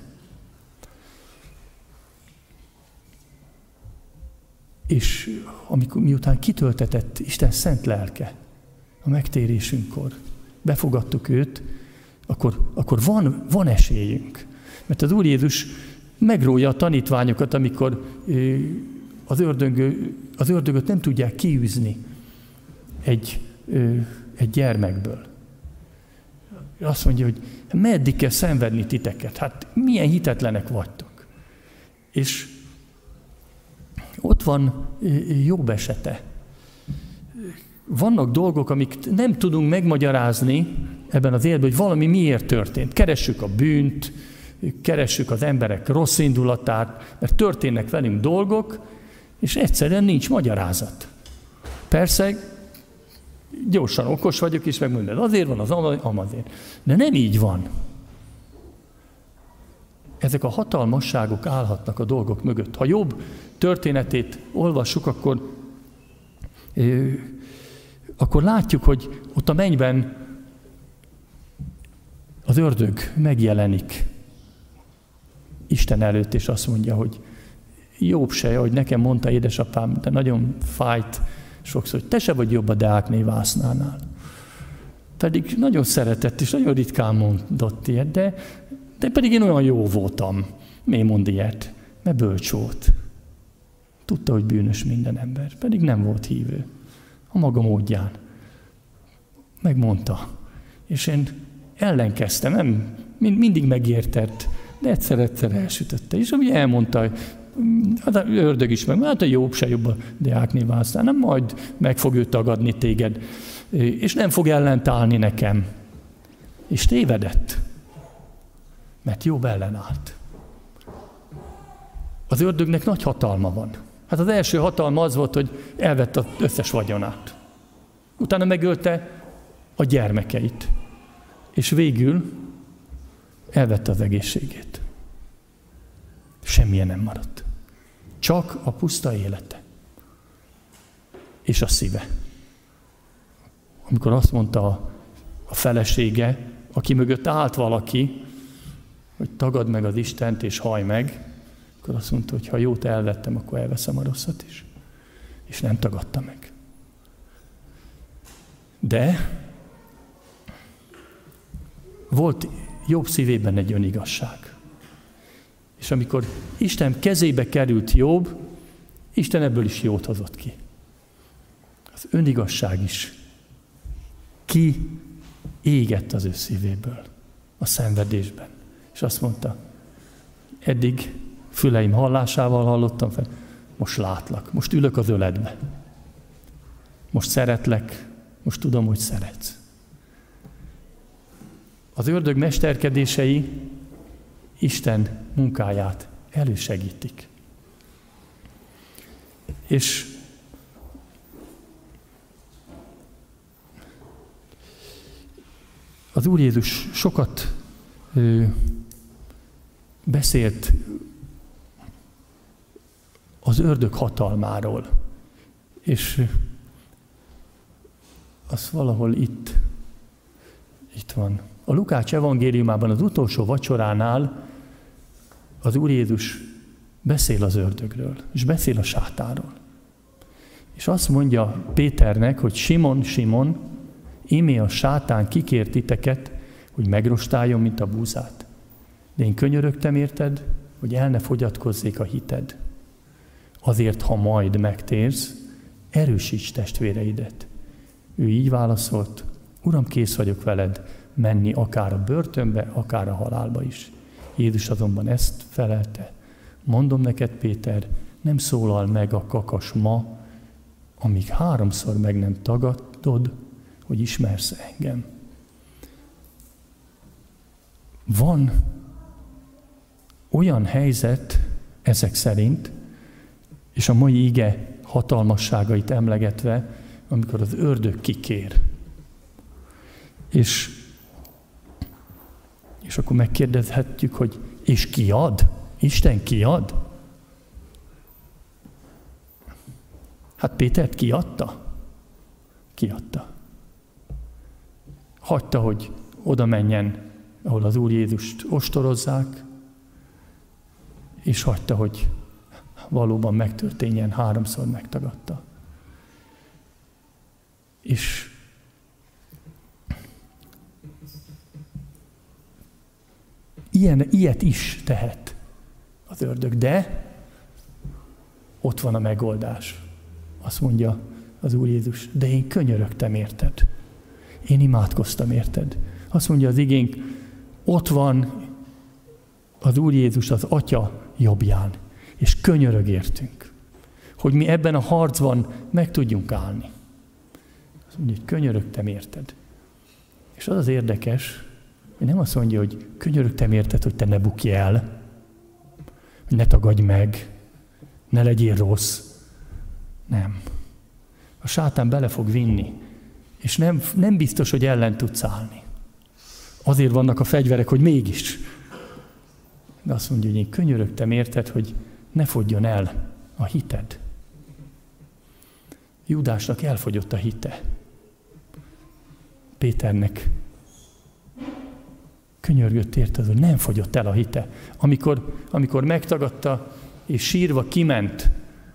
És amikor, miután kitöltetett Isten szent lelke a megtérésünkkor, befogadtuk őt, akkor, akkor van, van esélyünk. Mert az Úr Jézus megrója a tanítványokat, amikor az, ördögő, az ördögöt nem tudják kiűzni egy, egy gyermekből. Azt mondja, hogy meddig kell szenvedni titeket? Hát milyen hitetlenek vagytok. És ott van Jobb esete. Vannak dolgok, amik nem tudunk megmagyarázni ebben az életben, hogy valami miért történt. Keressük a bűnt, keressük az emberek rossz indulatát, mert történnek velünk dolgok, és egyszerűen nincs magyarázat. Persze, gyorsan okos vagyok, és megmondod, azért van az amazért. De nem így van. Ezek a hatalmasságok állhatnak a dolgok mögött. Ha Jobb történetét olvassuk, akkor, akkor látjuk, hogy ott a mennyben az ördög megjelenik Isten előtt, és azt mondja, hogy Jobb se, ahogy nekem mondta édesapám, de nagyon fájt sokszor, hogy te se vagy jobb a deákné vásznánál. Pedig nagyon szeretett, és nagyon ritkán mondott ilyet, de, de pedig én olyan jó voltam. Miért mond ilyet? Mert bölcs volt. Tudta, hogy bűnös minden ember, pedig nem volt hívő. A maga módján. Megmondta. És én ellenkeztem, nem, mindig megértett, de egyszer-egyszer elsütötte. És ami elmondta, hát az ördög is meg, hát a Jobb se jobb a deákné vásznál, nem majd meg fog ő tagadni téged, és nem fog ellentállni nekem. És tévedett, mert Jobb ellenállt. Az ördögnek nagy hatalma van. Hát az első hatalma az volt, hogy elvette az összes vagyonát. Utána megölte a gyermekeit. És végül elvette az egészségét. Semmilyen nem maradt. Csak a puszta élete. És a szíve. Amikor azt mondta a, a felesége, aki mögött állt valaki, hogy tagadd meg az Istent és hallj meg, akkor azt mondta, hogy ha jót elvettem, akkor elveszem a rosszat is. És nem tagadta meg. De volt Jobb szívében egy önigazság. És amikor Isten kezébe került Jobb, Isten ebből is jót hozott ki. Az önigazság is ki égett az ő szívéből, a szenvedésben. És azt mondta, eddig füleim hallásával hallottam fel, most látlak, most ülök az öledbe. Most szeretlek, most tudom, hogy szeretsz. Az ördög mesterkedései Isten munkáját elősegítik. És az Úr Jézus sokat ö, beszélt az ördög hatalmáról. És az valahol itt, itt van. A Lukács evangéliumában az utolsó vacsoránál az Úr Jézus beszél az ördögről, és beszél a sátánról. És azt mondja Péternek, hogy Simon, Simon, ímé a sátán kikért titeket, hogy megrostáljon, mint a búzát. De én könyörögtem érted, hogy el ne fogyatkozzék a hited. Azért, ha majd megtérsz, erősíts testvéreidet. Ő így válaszolt, Uram, kész vagyok veled menni akár a börtönbe, akár a halálba is. Jézus azonban ezt felelte. Mondom neked, Péter, nem szólal meg a kakas ma, amíg háromszor meg nem tagadod, hogy ismersz engem. Van olyan helyzet ezek szerint, és a mai ige hatalmasságait emlegetve, amikor az ördög kikér. És, és akkor megkérdezhetjük, hogy és ki ad? Isten ki ad? Hát Pétert kiadta? Kiadta. hagyta, hogy oda menjen, ahol az Úr Jézust ostorozzák, és hagyta, hogy valóban megtörténjen, háromszor megtagadta. És ilyen, ilyet is tehet az ördög, de ott van a megoldás. Azt mondja az Úr Jézus, de én könyörögtem érted. Én imádkoztam érted. Azt mondja az igénk, ott van az Úr Jézus az Atya jobbján, és könyörög értünk, hogy mi ebben a harcban meg tudjunk állni. Azt mondja, hogy könyörögtem érted. És az az érdekes, hogy nem azt mondja, hogy könyörögtem érted, hogy te ne bukj el, hogy ne tagadj meg, ne legyél rossz. Nem. A sátán bele fog vinni, és nem, nem biztos, hogy ellen tudsz állni. Azért vannak a fegyverek, hogy mégis. De azt mondja, hogy én könyörögtem érted, hogy ne fogjon el a hited. Júdásnak elfogyott a hite. Péternek könyörgött érted, hogy nem fogyott el a hite. Amikor, amikor megtagadta, és sírva kiment,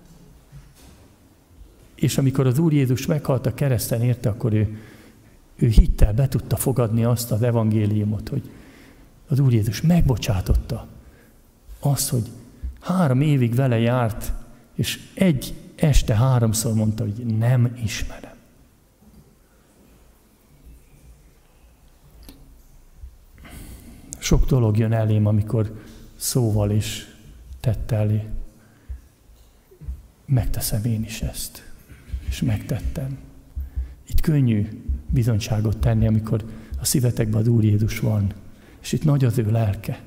és amikor az Úr Jézus meghalt a kereszten érte, akkor ő, ő hittel be tudta fogadni azt az evangéliumot, hogy az Úr Jézus megbocsátotta azt, hogy három évig vele járt, és egy este háromszor mondta, hogy nem ismerem. Sok dolog jön elém, amikor szóval és tettel megteszem én is ezt. És megtettem. Itt könnyű bizonyságot tenni, amikor a szívetekben az Úr Jézus van, és itt nagy az ő lelke.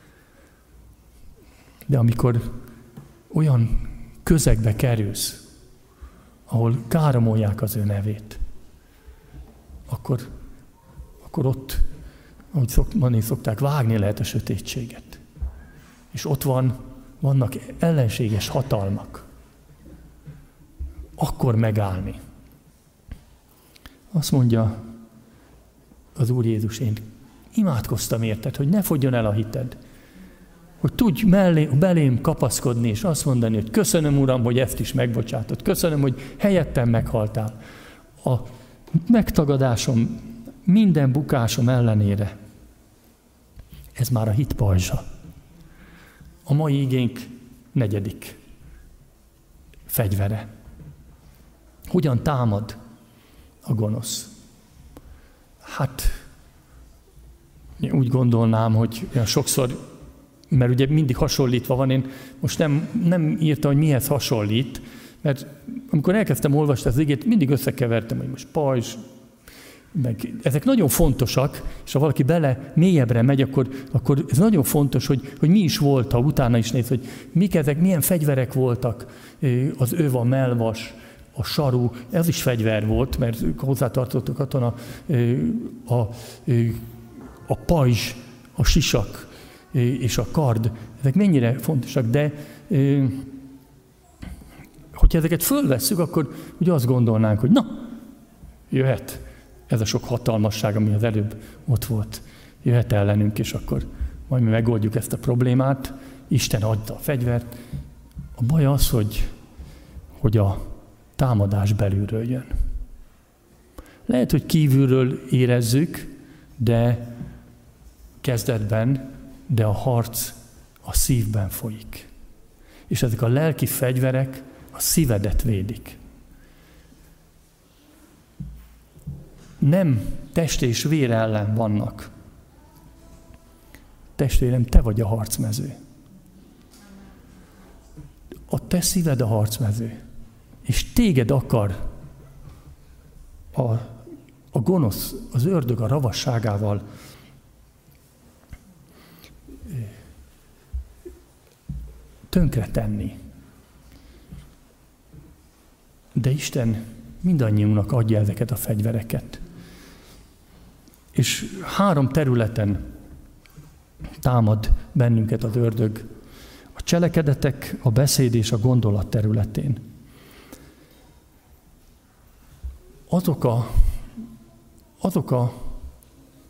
De amikor olyan közegbe kerülsz, ahol káromolják az ő nevét, akkor, akkor ott, ahogy mondani szokták, vágni lehet a sötétséget. És ott van, vannak ellenséges hatalmak. Akkor megállni. Azt mondja az Úr Jézus, én imádkoztam érted, hogy ne fogjon el a hited. Hogy tudj mellé, belém kapaszkodni, és azt mondani, hogy köszönöm, Uram, hogy ezt is megbocsátott. Köszönöm, hogy helyettem meghaltál. A megtagadásom, minden bukásom ellenére. Ez már a hit pajzsa. A mai igénk negyedik fegyvere. Hogyan támad a gonosz? Hát úgy gondolnám, hogy olyan sokszor, mert ugye mindig hasonlítva van, én most nem, nem írtam, hogy mihez hasonlít, mert amikor elkezdtem olvasni az igét, mindig összekevertem, hogy most pajzs, meg ezek nagyon fontosak, és ha valaki bele mélyebbre megy, akkor, akkor ez nagyon fontos, hogy, hogy mi is volt, ha utána is néz, hogy mik ezek, milyen fegyverek voltak, az öv, a mellvas, a saru, ez is fegyver volt, mert hozzátartott a katona, a, a, a pajzs, a sisak és a kard, ezek mennyire fontosak, de hogyha ezeket fölvesszük, akkor ugye azt gondolnánk, hogy na, jöhet ez a sok hatalmasság, ami az előbb ott volt, jöhet ellenünk, és akkor majd mi megoldjuk ezt a problémát, Isten adta a fegyvert. A baj az, hogy, hogy a támadás belülről jön. Lehet, hogy kívülről érezzük, de kezdetben, de a harc a szívben folyik. És ezek a lelki fegyverek a szívedet védik. Nem test és vér ellen vannak. Testvérem, te vagy a harcmező. A te szíved a harcmező. És téged akar a, a gonosz, az ördög a ravasságával tönkretenni. De Isten mindannyiunknak adja ezeket a fegyvereket. És három területen támad bennünket az ördög. A cselekedetek, a beszéd és a gondolat területén. Azok a, azok a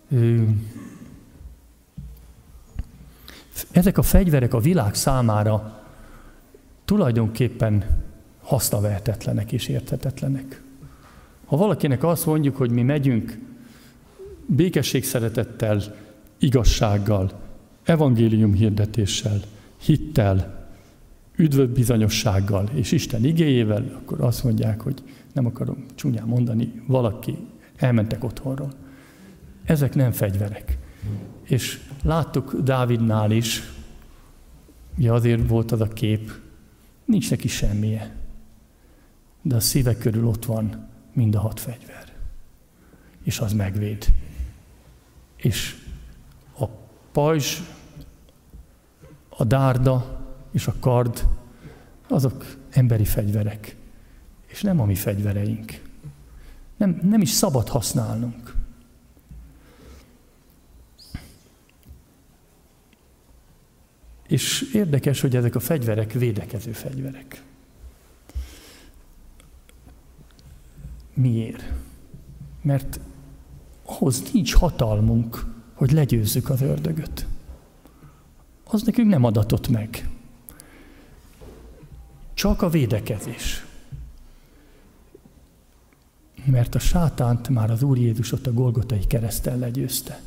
Ezek a fegyverek a világ számára tulajdonképpen hasznavehetetlenek és érthetetlenek. Ha valakinek azt mondjuk, hogy mi megyünk békességszeretettel, igazsággal, evangélium hirdetéssel, hittel, üdvbizonyossággal és Isten igéjével, akkor azt mondják, hogy nem akarom csúnyán mondani, valaki elmentek otthonról. Ezek nem fegyverek. És láttuk Dávidnál is, ugye azért volt az a kép, nincs neki semmije, de a szíve körül ott van mind a hat fegyver. És az megvéd. És a pajzs, a dárda és a kard, azok emberi fegyverek. És nem a mi fegyvereink. Nem, nem is szabad használnunk. És érdekes, hogy ezek a fegyverek védekező fegyverek. Miért? Mert ahhoz nincs hatalmunk, hogy legyőzzük az ördögöt. Az nekünk nem adatott meg. Csak a védekezés. Mert a sátánt már az Úr Jézus ott a Golgotai kereszten legyőzte.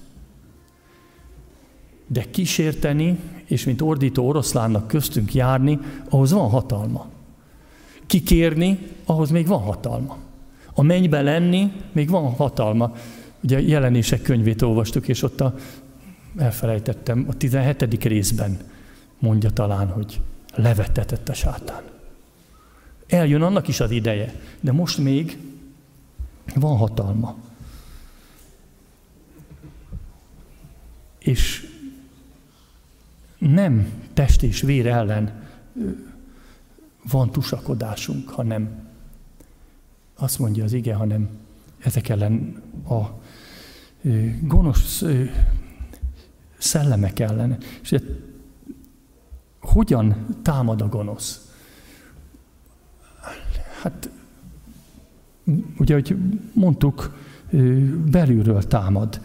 De kísérteni, és mint ordító oroszlánnak köztünk járni, ahhoz van hatalma. Kikérni, ahhoz még van hatalma. A mennybe lenni, még van hatalma. Ugye a Jelenések könyvét olvastuk, és ott a, elfelejtettem, a tizenhetedik részben mondja talán, hogy levettetett a sátán. Eljön annak is az ideje, de most még van hatalma. És nem test és vér ellen van tusakodásunk, hanem azt mondja az ige, hanem ezek ellen a gonosz szellemek ellen. És hogyan támad a gonosz? Hát, ugye, hogy mondtuk, belülről támad.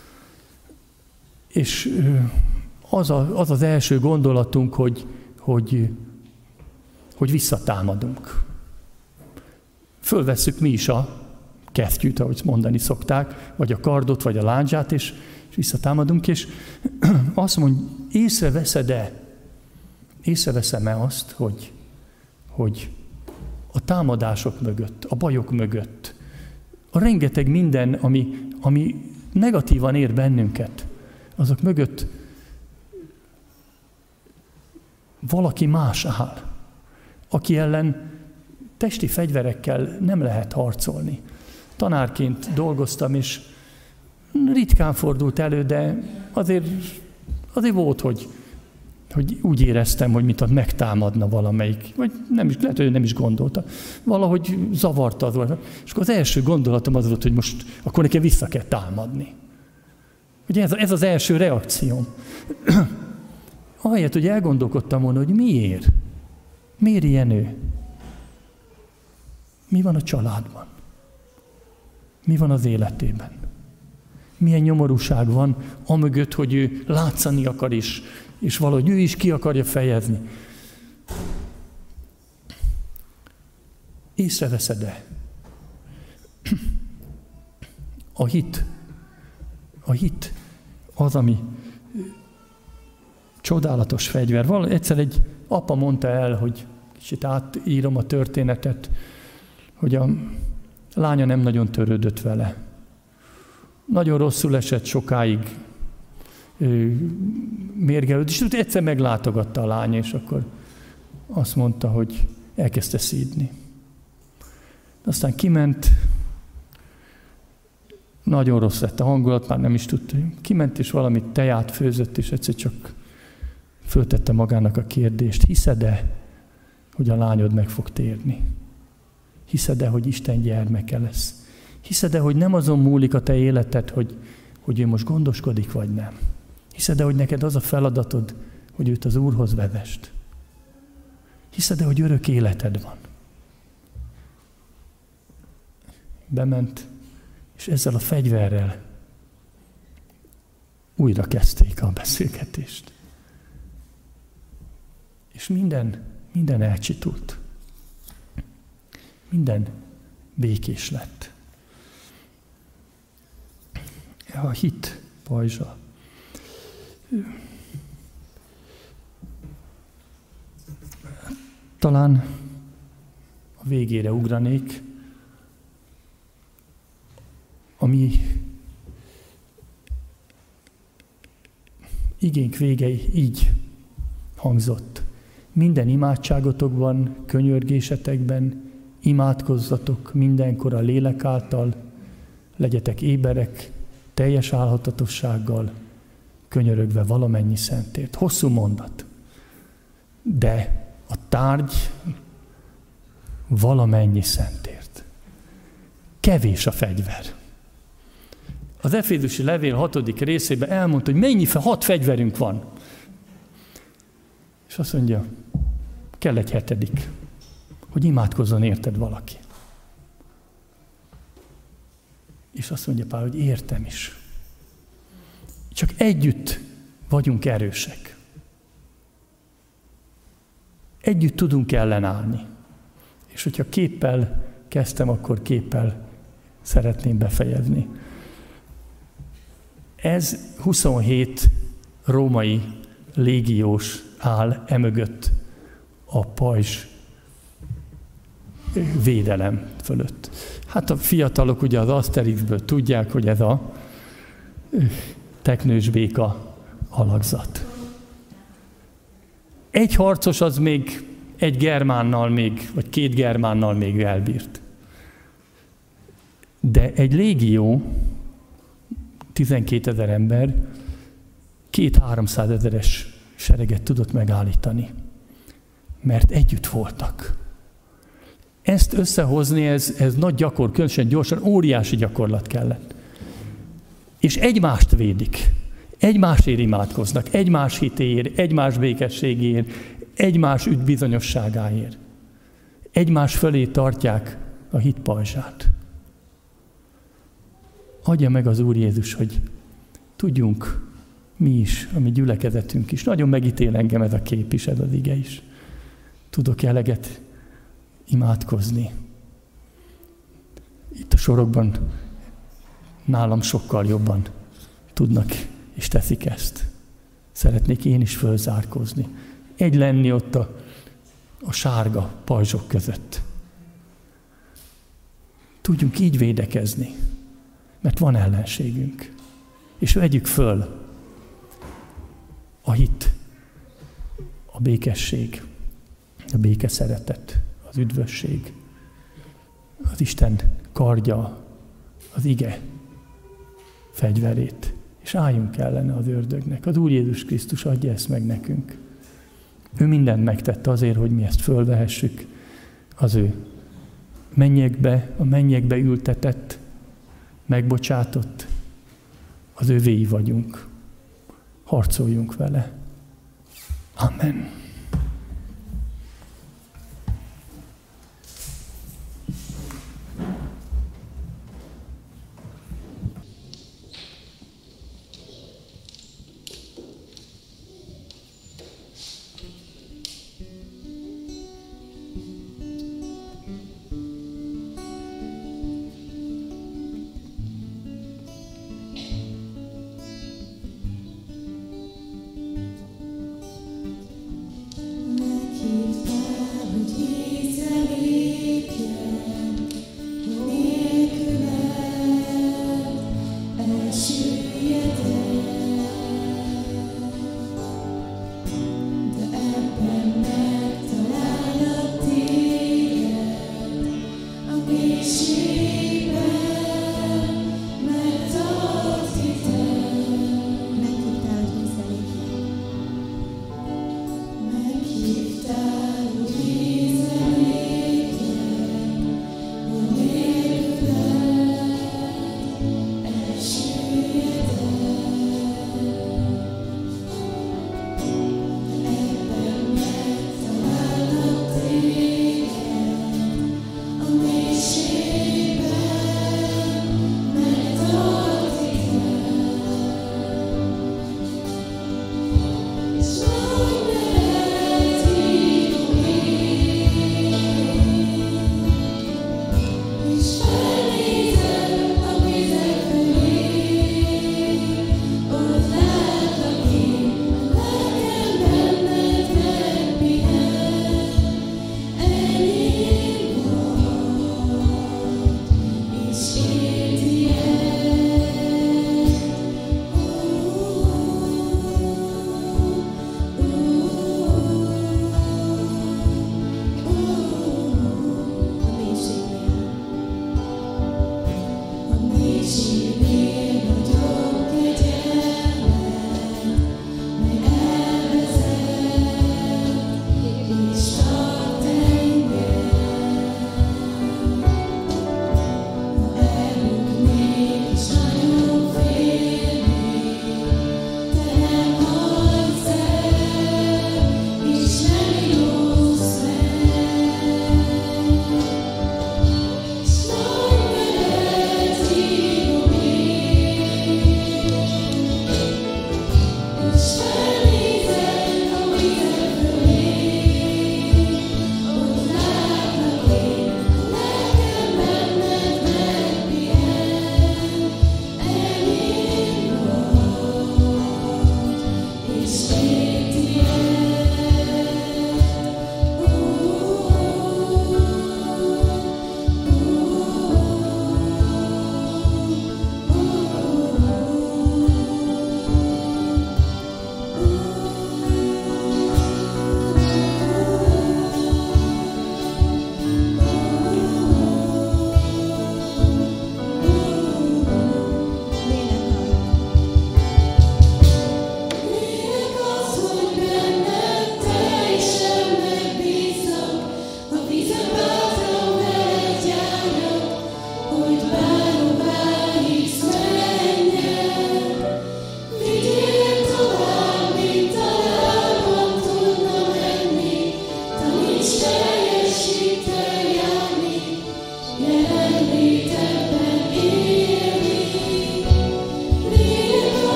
És az, a, az az első gondolatunk, hogy, hogy, hogy visszatámadunk. Fölvesszük mi is a kesztyűt, ahogy mondani szokták, vagy a kardot, vagy a lándzsát, és, és visszatámadunk, és azt mondja, észreveszed-e, észreveszem-e azt, hogy, hogy a támadások mögött, a bajok mögött, a rengeteg minden, ami, ami negatívan ér bennünket, azok mögött valaki más áll, aki ellen testi fegyverekkel nem lehet harcolni. Tanárként dolgoztam, és ritkán fordult elő, de azért, azért volt, hogy, hogy úgy éreztem, hogy mintha megtámadna valamelyik, vagy nem is, lehet, hogy nem is gondolta. Valahogy zavarta az volt. És akkor az első gondolatom az volt, hogy most akkor nekem vissza kell támadni. Ugye ez, ez az első reakcióm. Ahelyett, hogy elgondolkodtam volna, hogy miért? Miért ilyen ő? Mi van a családban? Mi van az életében? Milyen nyomorúság van amögött, hogy ő látszani akar is, és valahogy ő is ki akarja fejezni. Észreveszed-e? A hit. A hit az, ami csodálatos fegyver. Val- egyszer egy apa mondta el, hogy kicsit átírom a történetet, hogy a lánya nem nagyon törődött vele. Nagyon rosszul esett, sokáig mérgelődött, és egyszer meglátogatta a lány, és akkor azt mondta, hogy elkezdte szídni. Aztán kiment, nagyon rossz lett a hangulat, már nem is tudta. Kiment, és valamit teját főzött, és egyszer csak föltette magának a kérdést, hiszed-e, hogy a lányod meg fog térni? Hiszed-e, hogy Isten gyermeke lesz? Hiszed-e, hogy nem azon múlik a te életed, hogy, hogy ő most gondoskodik, vagy nem? Hiszed-e, hogy neked az a feladatod, hogy őt az Úrhoz vezest? Hiszed-e, hogy örök életed van? Bement, és ezzel a fegyverrel újra kezdték a beszélgetést. És minden, minden elcsitult. Minden békés lett. A hit pajzsa. Talán a végére ugranék, ami igénk vége így hangzott. Minden imádságotokban, könyörgésetekben imádkozzatok mindenkor a lélek által, legyetek éberek, teljes álhatatossággal, könyörögve valamennyi szentért. Hosszú mondat, de a tárgy valamennyi szentért. Kevés a fegyver. Az Efézusi levél hatodik részében elmondta, hogy mennyi, hat fegyverünk van. És azt mondja, kell egy hetedik, hogy imádkozzon érted valaki. És azt mondja Pál, hogy értem is. Csak együtt vagyunk erősek. Együtt tudunk ellenállni. És hogyha képpel kezdtem, akkor képpel szeretném befejezni. Ez huszonhét római légiós áll emögött a pajzs védelem fölött. Hát a fiatalok ugye az Asterixből tudják, hogy ez a teknős béka alakzat. Egy harcos az még egy germánnal még, vagy két germánnal még elbírt. De egy légió, tizenkétezer ember, két-háromszázezeres sereget tudott megállítani. Mert együtt voltak. Ezt összehozni, ez, ez nagy gyakor, különösen gyorsan, óriási gyakorlat kellett. És egymást védik. Egymásért imádkoznak, egymás hitéért, egymás békességéért, egymás ügy bizonyosságáért. Egymás fölé tartják a hit pajzsát. Adja meg az Úr Jézus, hogy tudjunk mi is, a mi gyülekezetünk is. Nagyon megítél engem ez a kép is, ez az ige is. Tudok eleget imádkozni. Itt a sorokban nálam sokkal jobban tudnak és teszik ezt. Szeretnék én is fölzárkózni. Egy lenni ott a, a sárga pajzsok között. Tudjunk így védekezni, mert van ellenségünk. És vegyük föl a hit, a békesség, a békeszeretet, az üdvösség, az Isten kardja, az ige fegyverét, és álljunk ellene az ördögnek. Az Úr Jézus Krisztus adja ezt meg nekünk. Ő mindent megtette azért, hogy mi ezt fölvehessük. Az ő mennyekbe, a mennyekbe ültetett, megbocsátott, az övéi vagyunk. Harcoljunk vele. Amen.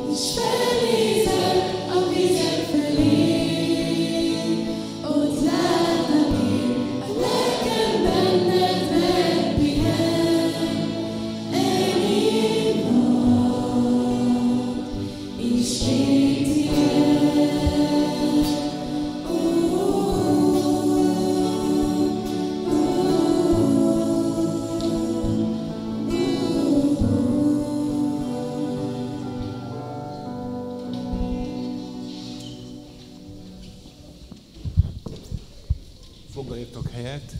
Foglaljatok helyet.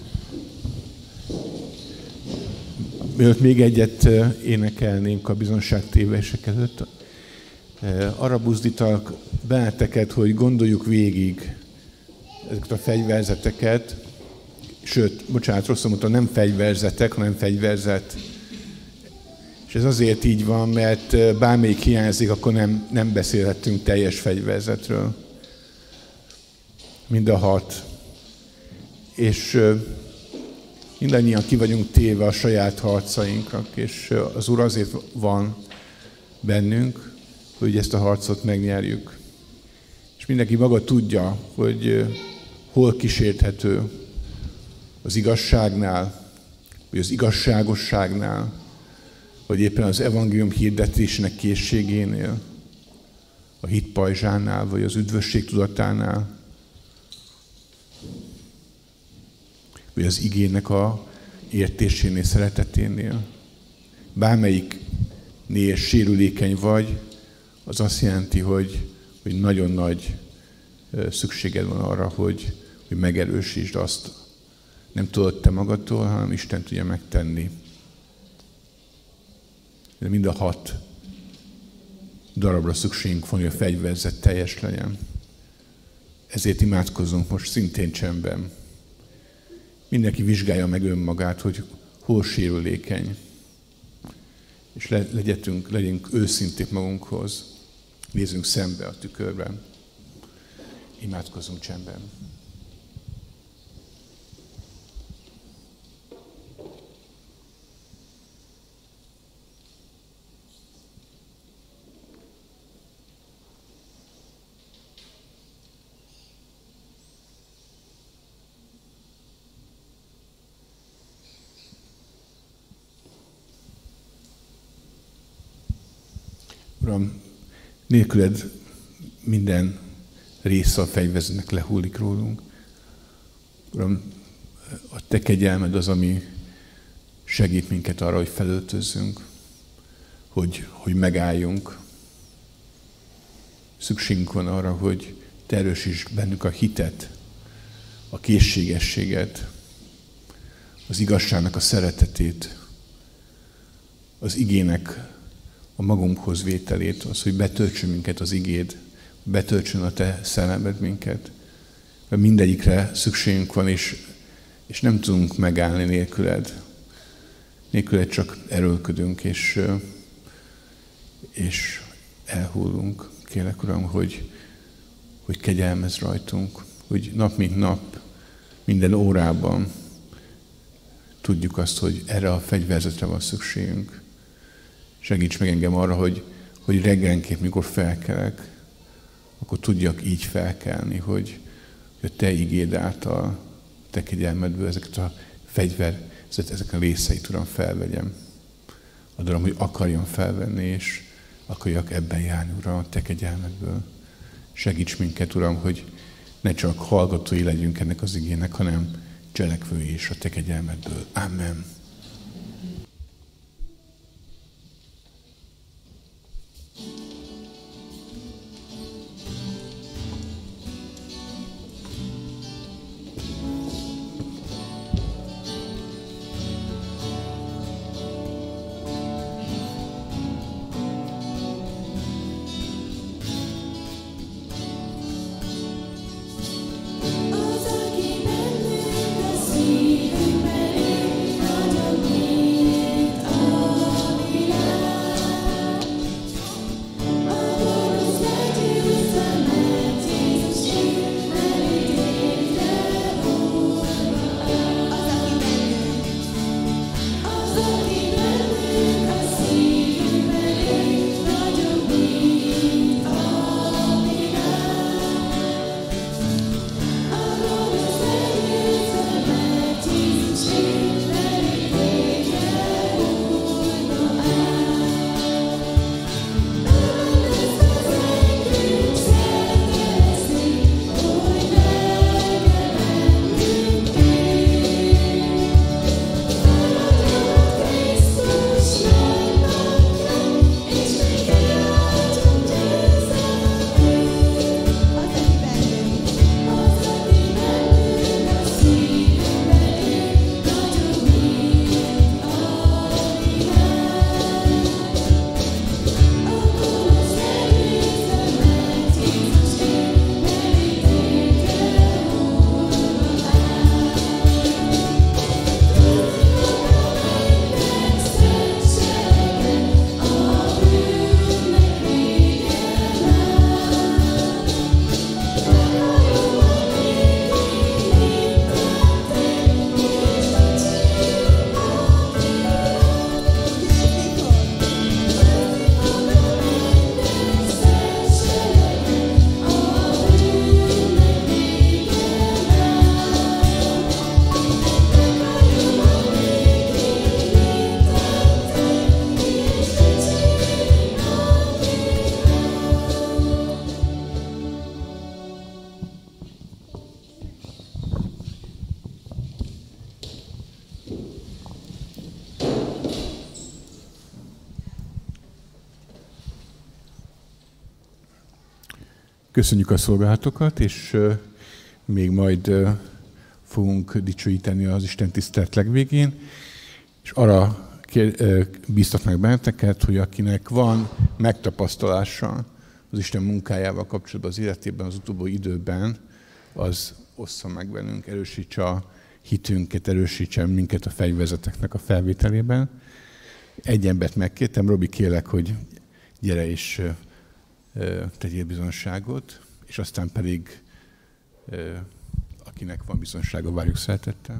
Mielőtt még egyet énekelnénk a bizonságtévesek előtt, arra buzdítalak benneteket, hogy gondoljuk végig ezeket a fegyverzeteket, sőt, bocsánat, rosszul mondtam, nem fegyverzetek, hanem fegyverzet. És ez azért így van, mert bármelyik hiányzik, akkor nem, nem beszélhetünk teljes fegyverzetről. Mind a hat. És mindannyian ki vagyunk téve a saját harcainknak, és az Úr azért van bennünk, hogy ezt a harcot megnyerjük. És mindenki maga tudja, hogy hol kísérthető az igazságnál, vagy az igazságosságnál, vagy éppen az evangélium hirdetésnek készségénél, a hit pajzsánál, vagy az üdvösség tudatánál, vagy az igének a értésénél, szereteténél. Bármelyiknél sérülékeny vagy, az azt jelenti, hogy, hogy nagyon nagy szükséged van arra, hogy, hogy megerősítsd azt. Nem tudod te magadtól, hanem Isten tudja megtenni. De mind a hat darabra szükségünk van, hogy a fegyverzet teljes legyen. Ezért imádkozzunk most szintén csendben. Mindenki vizsgálja meg önmagát, hogy hol sérülékeny. És le, legyetünk, legyünk őszinték magunkhoz. Nézzünk szembe a tükörben. Imádkozzunk csendben. Uram, nélküled minden része a fegyverzetnek lehullik rólunk. Uram, a te kegyelmed az, ami segít minket arra, hogy felöltözzünk, hogy, hogy megálljunk. Szükségünk van arra, hogy te erősítsd bennünk a hitet, a készségességet, az igazságnak a szeretetét, az igének a magunkhoz vételét, az, hogy betöltsön minket az igéd, betöltsön a te szellemed minket. Mert mindegyikre szükségünk van, és, és nem tudunk megállni nélküled. Nélküled csak erőlködünk, és, és elhullunk. Kérlek, Uram, hogy, hogy kegyelmezz rajtunk, hogy nap mint nap, minden órában tudjuk azt, hogy erre a fegyverzetre van szükségünk. Segíts meg engem arra, hogy, hogy reggelenként, mikor felkelek, akkor tudjak így felkelni, hogy, hogy a te igéd által, te kegyelmedből ezeket a fegyver, ezek a részeit, Uram, felvegyem. Adorom, hogy akarjam felvenni, és akarjak ebben járni, Uram, a te kegyelmedből. Segíts minket, Uram, hogy ne csak hallgatói legyünk ennek az igének, hanem cselekvői is a te kegyelmedből. Amen. Az, aki bennünk a szívünkben él, Köszönjük a szolgálatokat, és még majd fogunk dicsőíteni az Isten tisztelet legvégén, és arra bíztatnak benneteket, hogy akinek van megtapasztalása az Isten munkájával kapcsolatban az életében az utóbbi időben, az ossza meg velünk, erősítse a hitünket, erősítse minket a fegyverzeteknek a felvételében. Egy embert megkértem, Robi, kérlek, hogy gyere és tegyél bizonságot, és aztán pedig akinek van bizonsága, várjuk szeretettel.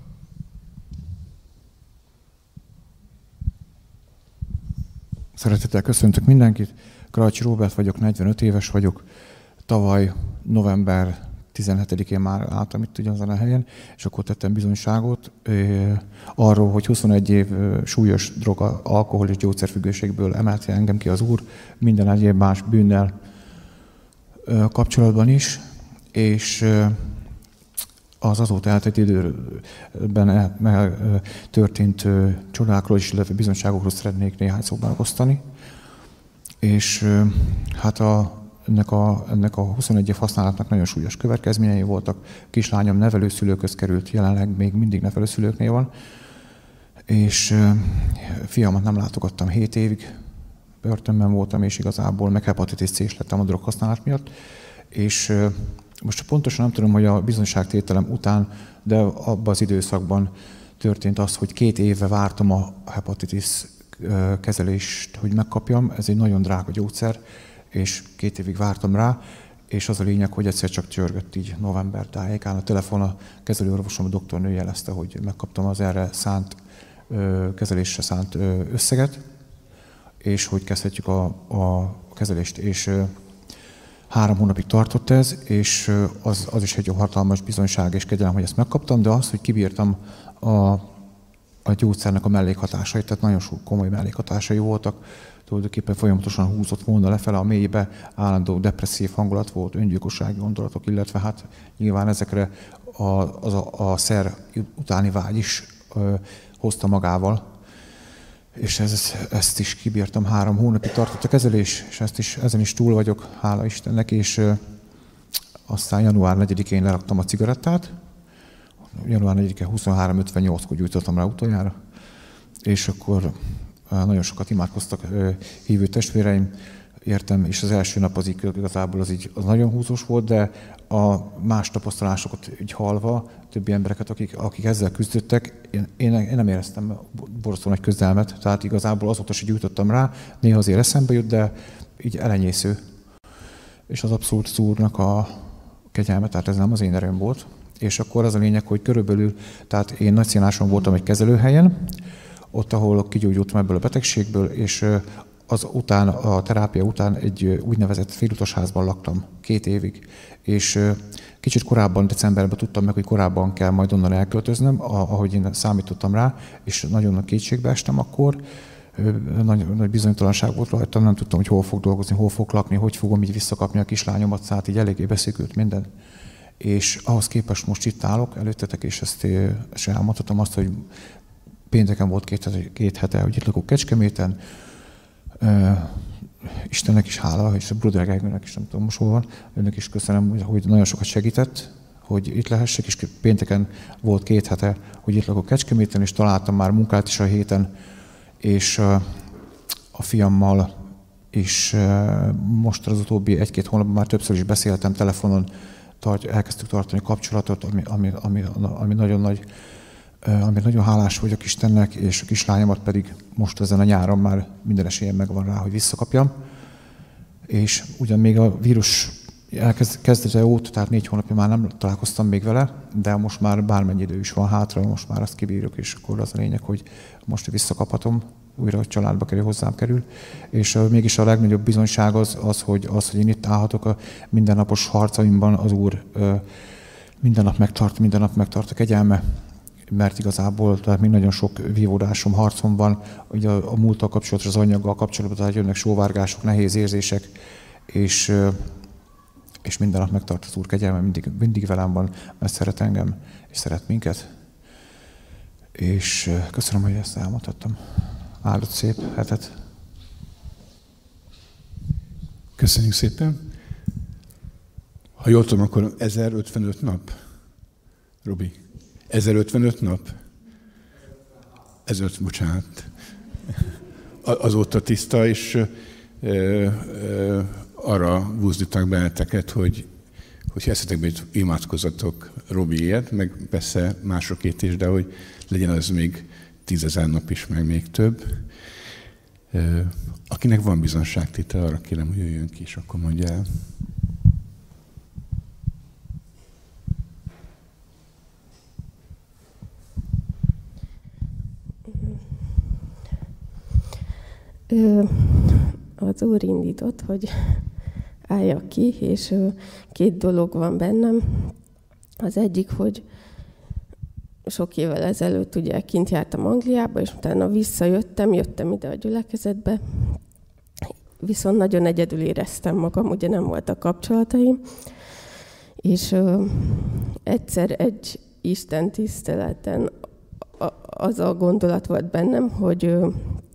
Szeretettel köszöntök mindenkit. Krajcsi Róbert vagyok, negyvenöt éves vagyok. Tavaly november tizenhetedikén már álltam itt ugyanazon a helyen, és akkor tettem bizonyságot arról, hogy huszonegy év súlyos drog, alkohol és gyógyszerfüggőségből emelte engem ki az Úr, minden egyéb más bűnnel kapcsolatban is, és az azóta eltelt időben történt csodákról is, illetve bizonyságokról szeretnék néhány szóban osztani. És hát a Ennek a, ennek a huszonegy év használatnak nagyon súlyos következményei voltak. Kislányom nevelőszülőköz került, jelenleg még mindig nevelőszülőknél van, és fiamat nem látogattam hét évig, börtönben voltam, és igazából meg hepatitis C is lettem a droghasználat miatt. És most pontosan nem tudom, hogy a bizonyságtételem után, de abban az időszakban történt az, hogy két éve vártam a hepatitis kezelést, hogy megkapjam. Ez egy nagyon drága gyógyszer, és két évig vártam rá, és az a lényeg, hogy egyszer csak csörgött így november tájékán. A telefon a kezelőorvosom, a doktornő jelezte, hogy megkaptam az erre szánt, kezelésre szánt összeget, és hogy kezdhetjük a, a kezelést. És három hónapig tartott ez, és az, az is egy hatalmas bizonyság és kegyelem, hogy ezt megkaptam, de az, hogy kibírtam a, a gyógyszernek a mellékhatásait, tehát nagyon sok komoly mellékhatásai voltak, tulajdonképpen folyamatosan húzott volna lefele a mélybe, állandó depresszív hangulat volt, öngyilkossági gondolatok, illetve hát nyilván ezekre a, az a, a szer utáni vágy is ö, hozta magával. És ez, ezt is kibírtam, három hónapig tartott a kezelés, és ezt is, ezen is túl vagyok, hála Istennek, és ö, aztán január negyedikén leraktam a cigarettát, január negyedike huszonhárom ötvennyolckor gyújtottam rá utoljára, és akkor nagyon sokat imádkoztak hívő testvéreim, értem, és az első nap az így, igazából az, így, az nagyon húzós volt, de a más tapasztalásokat így hallva, többi embereket, akik, akik ezzel küzdöttek, én, én, én nem éreztem borzasztó nagy közelmet, tehát igazából azóta sem gyújtottam rá, néha azért eszembe jut, de így elenyésző. És az abszolút az Úrnak a kegyelme, tehát ez nem az én erőm volt. És akkor az a lényeg, hogy körülbelül, tehát én Nagyszínáson voltam egy kezelőhelyen, ott, ahol kigyógyultam ebből a betegségből, és az után, a terápia után egy úgynevezett félutasházban laktam két évig. És kicsit korábban, decemberben tudtam meg, hogy korábban kell majd onnan elköltöznöm, ahogy én számítottam rá, és nagyon nagy kétségbe estem akkor. Nagy, nagy bizonytalanság volt rajtam, nem tudtam, hogy hol fog dolgozni, hol fog lakni, hogy fogom így visszakapni a kislányomat, szóval így eléggé beszűkült minden. És ahhoz képest most itt állok előttetek, és ezt és elmondhatom azt, hogy pénteken volt két hete, két hete, hogy itt lakok Kecskeméten. Uh, Istennek is hála, és a Bruder Gergőnek is, nem tudom most hol van, önnek is köszönöm, hogy nagyon sokat segített, hogy itt lehessek, és pénteken volt két hete, hogy itt lakok Kecskeméten, és találtam már munkát is a héten, és uh, a fiammal is uh, most az utóbbi egy-két hónapban már többször is beszéltem telefonon, tart, elkezdtük tartani kapcsolatot, ami, ami, ami, ami nagyon nagy, amit nagyon hálás vagyok Istennek, és a kislányomat pedig most ezen a nyáron már minden esélyem megvan rá, hogy visszakapjam. És ugyan még a vírus kezdete óta, tehát négy hónapja már nem találkoztam még vele, de most már bármennyi idő is van hátra, most már azt kibírjuk, és akkor az a lényeg, hogy most visszakaphatom, újra a családba kerül, hozzám kerül. És uh, mégis a legnagyobb bizonyság az, az, hogy, az, hogy én itt állhatok a mindennapos harcaimban, az Úr uh, minden nap megtart, minden nap megtart a kegyelme, mert igazából tehát még nagyon sok vívódásom, harcom van, ugye a, a múlttal kapcsolatban, az anyaggal kapcsolatban, tehát jönnek sóvárgások, nehéz érzések, és, és minden nap megtart az Úr kegyelme, mindig, mindig velem van, mert szeret engem, és szeret minket. És köszönöm, hogy ezt elmondhattam. Áldott szép hetet! Köszönjük szépen! Ha jól tudom, akkor ezerötvenöt nap? Robi? ezerötvenöt nap? ezerötven, bocsánat. Azóta tiszta, és ö, ö, arra buzdítanak benneteket, hogy, hogy eszetekbe imádkozzatok Robiért, meg persze másokét is, de hogy legyen az még tízezer nap is, meg még több. Ö, akinek van bizonságtétel, arra kérem, hogy jöjjön ki, és akkor mondja el. Az Úr indított, hogy álljak ki, és két dolog van bennem. Az egyik, hogy sok évvel ezelőtt ugye kint jártam Angliába, és utána visszajöttem, jöttem ide a gyülekezetbe, viszont nagyon egyedül éreztem magam, ugye nem voltak kapcsolataim, és ö, egyszer egy Isten tiszteleten az a gondolat volt bennem, hogy ö,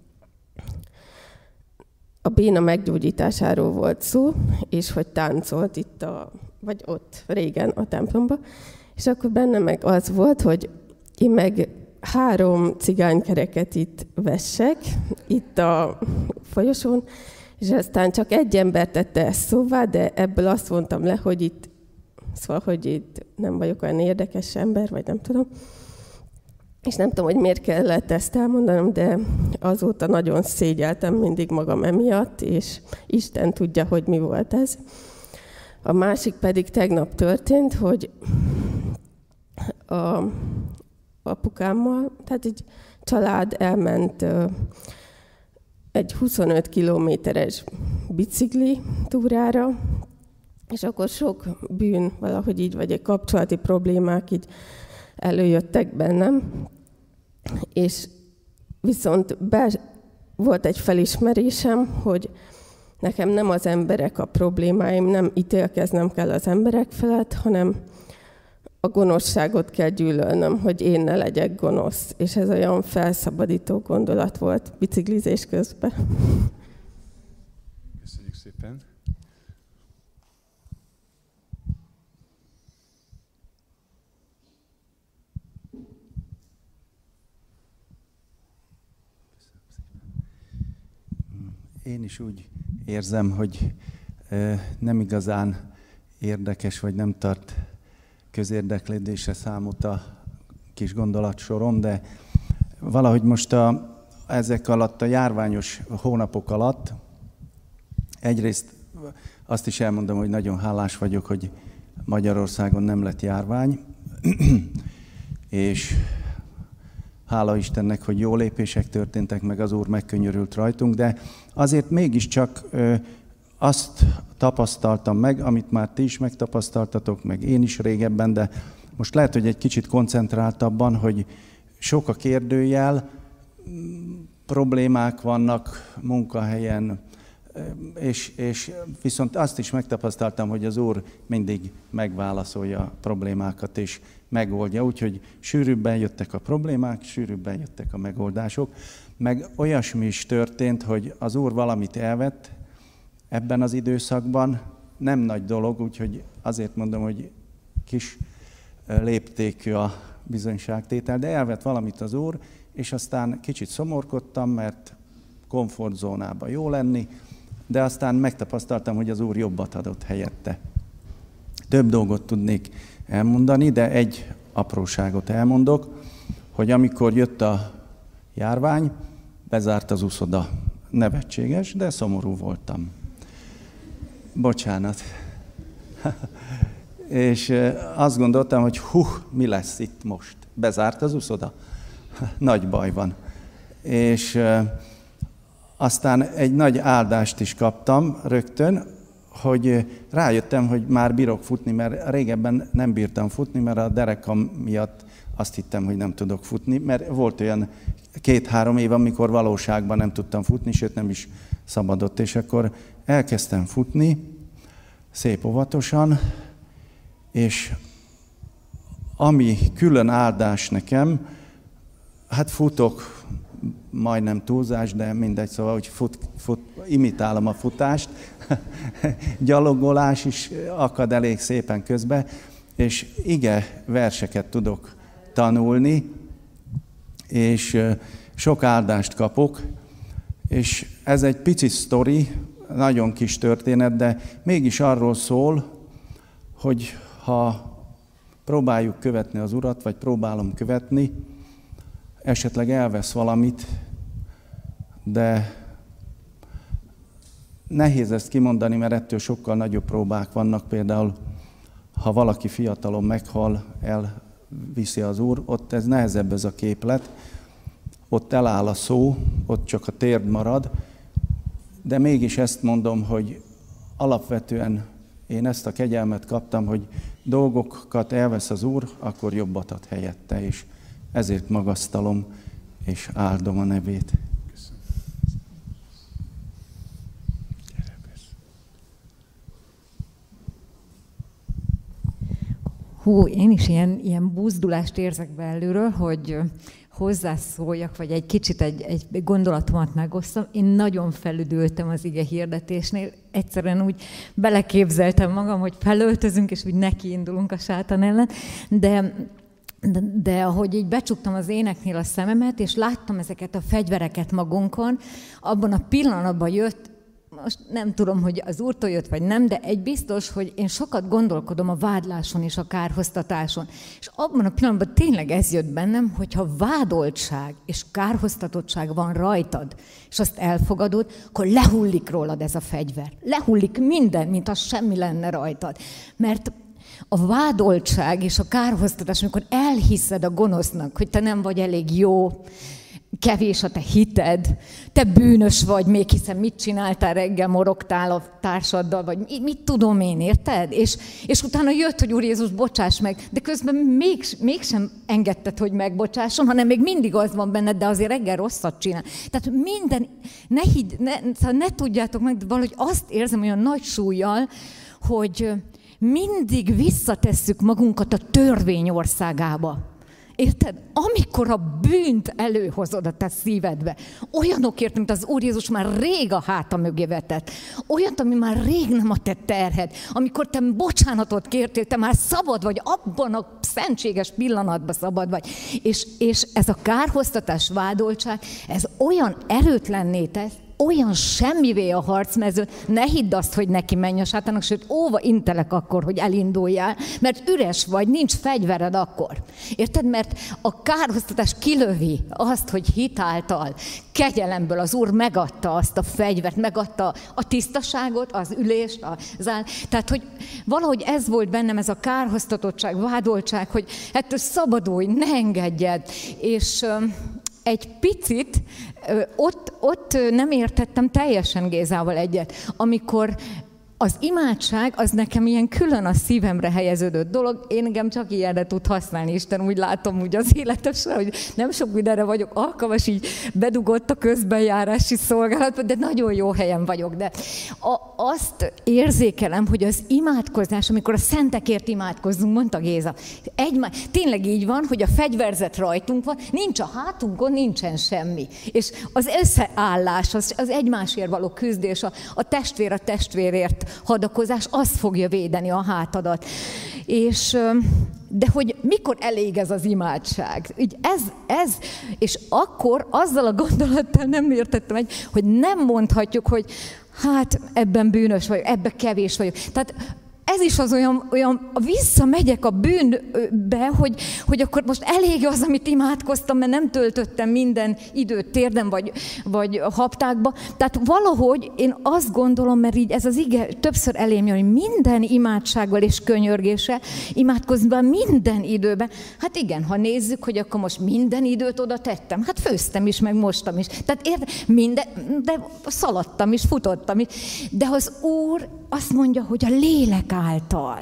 a béna meggyógyításáról volt szó, és hogy táncolt itt, a, vagy ott régen a templomban, és akkor bennem meg az volt, hogy én meg három cigánykereket itt vessek, itt a folyosón, és aztán csak egy ember tette ezt szóvá, de ebből azt mondtam le, hogy itt, szóval, hogy itt nem vagyok olyan érdekes ember, vagy nem tudom. És nem tudom, hogy miért kellett ezt elmondanom, de azóta nagyon szégyeltem mindig magam emiatt, és Isten tudja, hogy mi volt ez. A másik pedig tegnap történt, hogy a apukámmal, tehát egy család elment egy huszonöt kilométeres bicikli túrára, és akkor sok bűn, valahogy így, vagy egy kapcsolati problémák így előjöttek bennem, és viszont be, volt egy felismerésem, hogy nekem nem az emberek a problémáim, nem ítélkeznem kell az emberek felett, hanem a gonoszságot kell gyűlölnöm, hogy én ne legyek gonosz. És ez olyan felszabadító gondolat volt biciklizés közben. Köszönjük szépen! Én is úgy érzem, hogy nem igazán érdekes, vagy nem tart közérdeklődésre számot a kis gondolatsorom, de valahogy most a, ezek alatt a járványos hónapok alatt egyrészt azt is elmondom, hogy nagyon hálás vagyok, hogy Magyarországon nem lett járvány, és hála Istennek, hogy jó lépések történtek, meg az Úr megkönyörült rajtunk, de azért mégiscsak ö, azt tapasztaltam meg, amit már ti is megtapasztaltatok, meg én is régebben, de most lehet, hogy egy kicsit koncentráltabban, hogy sok a kérdőjel, problémák vannak munkahelyen, és, és viszont azt is megtapasztaltam, hogy az Úr mindig megválaszolja a problémákat, és megoldja. Úgyhogy sűrűbben jöttek a problémák, sűrűbben jöttek a megoldások. Meg olyasmi is történt, hogy az Úr valamit elvett ebben az időszakban. Nem nagy dolog, úgyhogy azért mondom, hogy kis léptékű a bizonyságtétel, de elvett valamit az Úr, és aztán kicsit szomorkodtam, mert komfortzónában jó lenni, de aztán megtapasztaltam, hogy az Úr jobbat adott helyette. Több dolgot tudnék elmondani, de egy apróságot elmondok, hogy amikor jött a járvány, bezárt az uszoda. Nevetséges, de szomorú voltam. Bocsánat. És azt gondoltam, hogy hú, mi lesz itt most? Bezárt az uszoda? Nagy baj van. És aztán egy nagy áldást is kaptam rögtön, hogy rájöttem, hogy már bírok futni, mert régebben nem bírtam futni, mert a derekam miatt azt hittem, hogy nem tudok futni, mert volt olyan két-három év, amikor valóságban nem tudtam futni, sőt nem is szabadott, és akkor elkezdtem futni, szép óvatosan, és ami külön áldás nekem, hát futok, majdnem túlzás, de mindegy, szóval, hogy fut, fut, imitálom a futást, gyalogolás is akad elég szépen közbe, és ige verseket tudok tanulni, és sok áldást kapok, és ez egy pici sztori, nagyon kis történet, de mégis arról szól, hogy ha próbáljuk követni az Urat, vagy próbálom követni, esetleg elvesz valamit, de nehéz ezt kimondani, mert ettől sokkal nagyobb próbák vannak. Például, ha valaki fiatalon meghal, elviszi az Úr, ott ez nehezebb ez a képlet, ott eláll a szó, ott csak a térd marad, de mégis ezt mondom, hogy alapvetően én ezt a kegyelmet kaptam, hogy dolgokat elvesz az Úr, akkor jobbat ad helyette, és ezért magasztalom és áldom a nevét. Hú, én is ilyen, ilyen buzdulást érzek belülről, hogy hozzászóljak, vagy egy kicsit egy, egy gondolatomat megosztom. Én nagyon felüdültem az ige hirdetésnél. Egyszerűen úgy beleképzeltem magam, hogy felöltözünk, és úgy nekiindulunk a sátán ellen. De, de, de ahogy így becsuktam az éneknél a szememet, és láttam ezeket a fegyvereket magunkon, abban a pillanatban jött, most nem tudom, hogy az Úrtól jött, vagy nem, de egy biztos, hogy én sokat gondolkodom a vádláson és a kárhoztatáson. És abban a pillanatban tényleg ez jött bennem, hogyha vádoltság és kárhoztatottság van rajtad, és azt elfogadod, akkor lehullik rólad ez a fegyver. Lehullik minden, mint az semmi lenne rajtad. Mert a vádoltság és a kárhoztatás, amikor elhiszed a gonosznak, hogy te nem vagy elég jó, kevés a te hited, te bűnös vagy, még hiszen mit csináltál reggel, morogtál a társaddal, vagy mit, mit tudom én, érted? És, és utána jött, hogy Úr Jézus, bocsáss meg, de közben még, mégsem engedted, hogy megbocsásson, hanem még mindig az van benned, de azért reggel rosszat csinál. Tehát minden, ne higgy, ne, ne tudjátok meg, de valahogy azt érzem olyan nagy súllyal, hogy mindig visszatesszük magunkat a törvény országába. Érted? Amikor a bűnt előhozod a te szívedbe, olyanokért, mint az Úr Jézus már rég a háta mögé vetett, olyat, ami már rég nem a te terhed, amikor te bocsánatot kértél, te már szabad vagy, abban a szentséges pillanatban szabad vagy. És, és ez a kárhoztatás, vádoltság, ez olyan erőtlenné tesz, olyan semmivé a harcmező, ne hidd azt, hogy neki menj a sátának, sőt, óva intelek akkor, hogy elinduljál, mert üres vagy, nincs fegyvered akkor. Érted? Mert a kárhoztatás kilövi azt, hogy hitáltal, kegyelemből az Úr megadta azt a fegyvert, megadta a tisztaságot, az ülést, az áll. Tehát, hogy valahogy ez volt bennem, ez a kárhoztatottság, vádoltság, hogy ettől szabadulj, ne engedjed. És egy picit ott, ott nem értettem teljesen Gézával egyet, amikor az imádság az nekem ilyen külön a szívemre helyeződött dolog, én engem csak ilyenre tud használni, Isten, úgy látom úgy az életemre, hogy nem sok mindenre vagyok alkalmas, így bedugott a közbenjárási szolgálatba, de nagyon jó helyen vagyok. De a, azt érzékelem, hogy az imádkozás, amikor a szentekért imádkozzunk, mondta Géza, egy, tényleg így van, hogy a fegyverzet rajtunk van, nincs a hátunkon, nincsen semmi. És az összeállás, az, az egymásért való küzdés, a, a testvér a testvérért hadakozás, az fogja védeni a hátadat. És, de hogy mikor elég ez az imádság? Így ez, ez, és akkor azzal a gondolattal nem értettem egy, hogy nem mondhatjuk, hogy hát ebben bűnös vagyok, ebben kevés vagyok. Tehát ez is az olyan, olyan visszamegyek a bűnbe, hogy, hogy akkor most elég az, amit imádkoztam, mert nem töltöttem minden időt térden vagy, vagy haptákba. Tehát valahogy én azt gondolom, mert így ez az ige többször elém jön, hogy minden imádsággal és könyörgéssel imádkozni be minden időben. Hát igen, ha nézzük, hogy akkor most minden időt oda tettem, hát főztem is, meg mostam is. Tehát érde, minden, de szaladtam is, futottam is. De az Úr azt mondja, hogy a lélek által.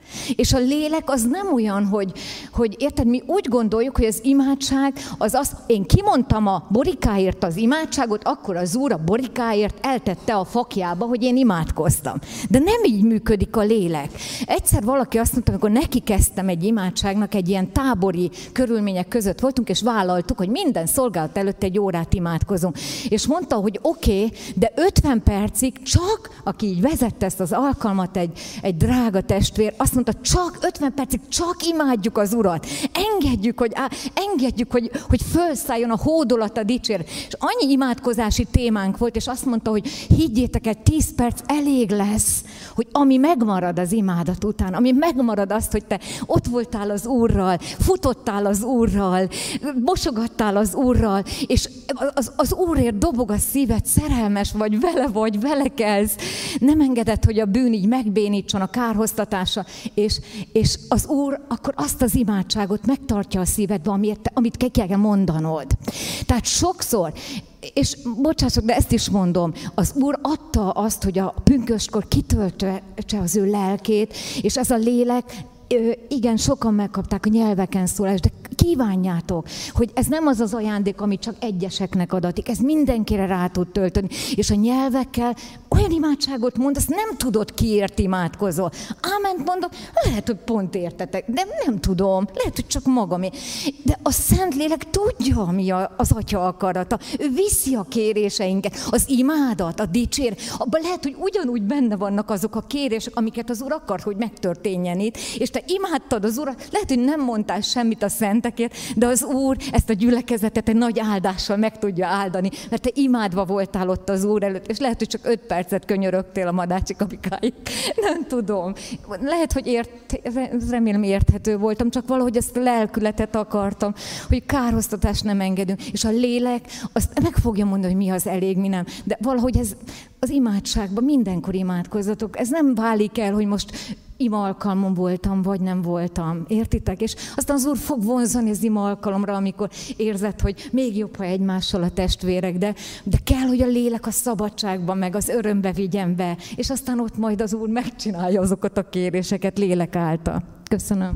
És a lélek az nem olyan, hogy, hogy érted, mi úgy gondoljuk, hogy az imádság az az, én kimondtam a borikáért az imádságot, akkor az Úr a borikáért eltette a fakjába, hogy én imádkoztam. De nem így működik a lélek. Egyszer valaki azt mondta, amikor neki kezdtem egy imádságnak, egy ilyen tábori körülmények között voltunk, és vállaltuk, hogy minden szolgálat előtt egy órát imádkozunk. És mondta, hogy oké, okay, de ötven percig csak, aki így vezette ezt az alkalmat, egy, egy drága testvér, azt mondta, csak ötven percig csak imádjuk az Urat. Engedjük, hogy, á, engedjük, hogy, hogy fölszálljon a hódolat a dicséret. És annyi imádkozási témánk volt, és azt mondta, hogy higgyétek el, tíz perc elég lesz, hogy ami megmarad az imádat után, ami megmarad azt, hogy te ott voltál az Úrral, futottál az Úrral, mosogattál az Úrral, és az, az Úrért dobog a szíved, szerelmes vagy vele, vagy vele kelsz. Nem engedett, hogy a bűn így megbénítson, a kárhoztatása, és, és az Úr akkor azt az imádságot megtartja a szívedbe, amit, amit ki kell mondanod. Tehát sokszor, és bocsássuk, de ezt is mondom, az Úr adta azt, hogy a pünköstkor kitöltse az ő lelkét, és ez a lélek, igen, sokan megkapták a nyelveken szólást, de kívánjátok, hogy ez nem az az ajándék, amit csak egyeseknek adatik, ez mindenkire rá tud tölteni, és a nyelvekkel olyan imádságot mondasz, nem tudod, kiért imádkozol. Áment mondok, lehet, hogy pont értetek, de nem tudom, lehet, hogy csak magamé. De a Szentlélek tudja, mi az Atya akarata. Ő viszi a kéréseinket, az imádat, a dicsér. Abban lehet, hogy ugyanúgy benne vannak azok a kérések, amiket az Úr akar, hogy megtörténjen itt, és te imádtad az Urat, lehet, hogy nem mondtál semmit a szentekért, de az Úr ezt a gyülekezetet egy nagy áldással meg tudja áldani, mert te imádva voltál ott az Úr előtt, és lehet, hogy csak öt percet könyörögtél a Madácsi kapikáig. Nem tudom. Lehet, hogy ért, remélem érthető voltam, csak valahogy ezt a lelkületet akartam, hogy kárhoztatást nem engedünk, és a lélek azt meg fogja mondani, hogy mi az elég, mi nem. De valahogy ez az imádságban mindenkor imádkozzatok. Ez nem válik el, hogy most ima alkalmon voltam, vagy nem voltam. Értitek? És aztán az Úr fog vonzani az ima alkalomra, amikor érzed, hogy még jobb, ha egymással a testvérek, de, de kell, hogy a lélek a szabadságban, meg az örömbe vigyen be, és aztán ott majd az Úr megcsinálja azokat a kéréseket lélek által. Köszönöm.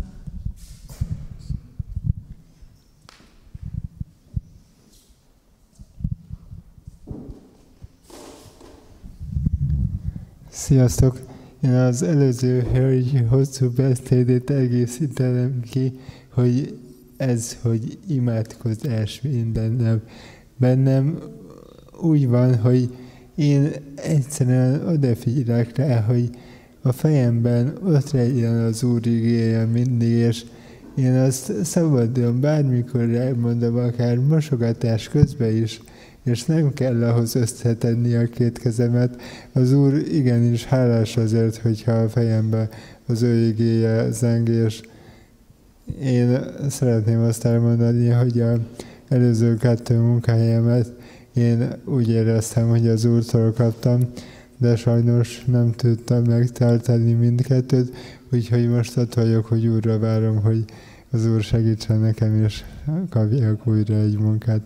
Sziasztok! Én az előző hölgy hosszú beszédét egészítenem ki, hogy ez, hogy imádkozás minden nap. Bennem úgy van, hogy én egyszerűen odafigyelek rá, hogy a fejemben ott legyen az Úr igéje mindig, és én azt szabadon bármikor elmondom, akár mosogatás közben is, és nem kell ahhoz összetenni a két kezemet. Az Úr igenis hálás azért, hogyha a fejembe az ő igéje zeng, és én szeretném azt elmondani, hogy az előző kettő munkahelyemet én úgy éreztem, hogy az Úrtól kaptam, de sajnos nem tudtam megtartani mindkettőt, úgyhogy most ott vagyok, hogy Úrra várom, hogy az Úr segítsen nekem, és kapjak újra egy munkát.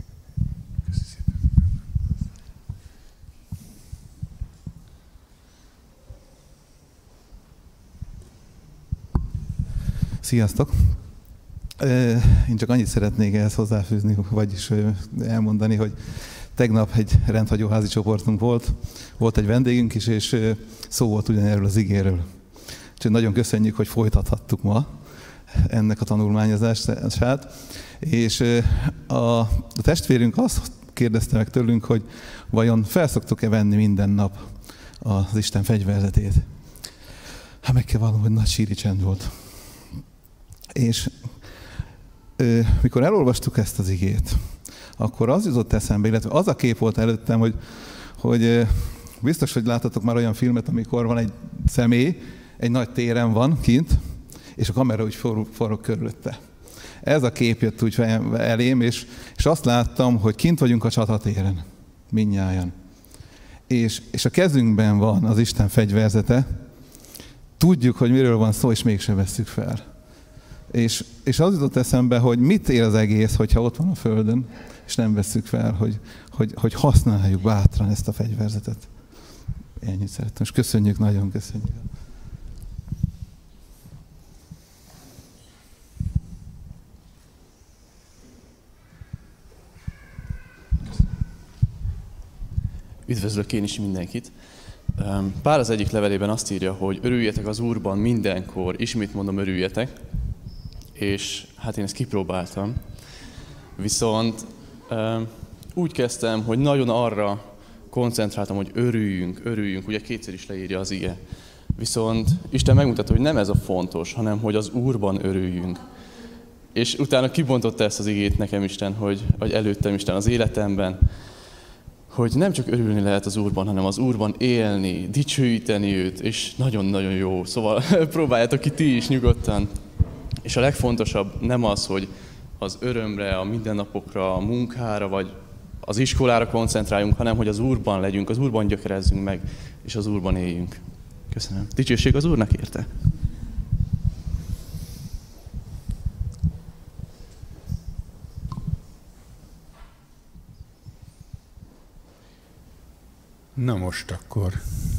Sziasztok! Én csak annyit szeretnék ehhez hozzáfűzni, vagyis elmondani, hogy tegnap egy rendhagyóházi csoportunk volt, volt egy vendégünk is, és szó volt ugyanerről az igéről. Úgyhogy nagyon köszönjük, hogy folytathattuk ma ennek a tanulmányozását. És a testvérünk azt kérdezte meg tőlünk, hogy vajon felszoktuk-e venni minden nap az Isten fegyverzetét. Hát meg kell vallanom, hogy nagy síri csend volt. És ö, mikor elolvastuk ezt az igét, akkor az jutott eszembe, illetve az a kép volt előttem, hogy, hogy ö, biztos, hogy láttatok már olyan filmet, amikor van egy személy, egy nagy téren van kint, és a kamera úgy forog, forog körülötte. Ez a kép jött úgy elém, és, és azt láttam, hogy kint vagyunk a csatatéren, mindnyájan. És, és a kezünkben van az Isten fegyverzete, tudjuk, hogy miről van szó, és mégsem vesszük fel. És, és az jutott eszembe, hogy mit ér az egész, hogyha ott van a Földön, és nem vesszük fel, hogy, hogy, hogy használjuk bátran ezt a fegyverzetet. Ennyit szerettem, és köszönjük, nagyon köszönjük. Üdvözlök én is mindenkit. Pál az egyik levelében azt írja, hogy örüljetek az Úrban mindenkor, ismét mondom, örüljetek. És hát én ezt kipróbáltam. Viszont úgy kezdtem, hogy nagyon arra koncentráltam, hogy örüljünk, örüljünk, ugye kétszer is leírja az ige. Viszont Isten megmutatta, hogy nem ez a fontos, hanem hogy az Úrban örüljünk. És utána kibontotta ezt az igét nekem Isten, hogy, vagy előttem Isten az életemben, hogy nem csak örülni lehet az Úrban, hanem az Úrban élni, dicsőíteni őt, és nagyon-nagyon jó. Szóval próbáljátok ki ti is nyugodtan. És a legfontosabb nem az, hogy az örömre, a mindennapokra, a munkára, vagy az iskolára koncentráljunk, hanem hogy az Úrban legyünk, az Úrban gyökerezzünk meg, és az Úrban éljünk. Köszönöm. Dicsőség az Úrnak érte. Na most akkor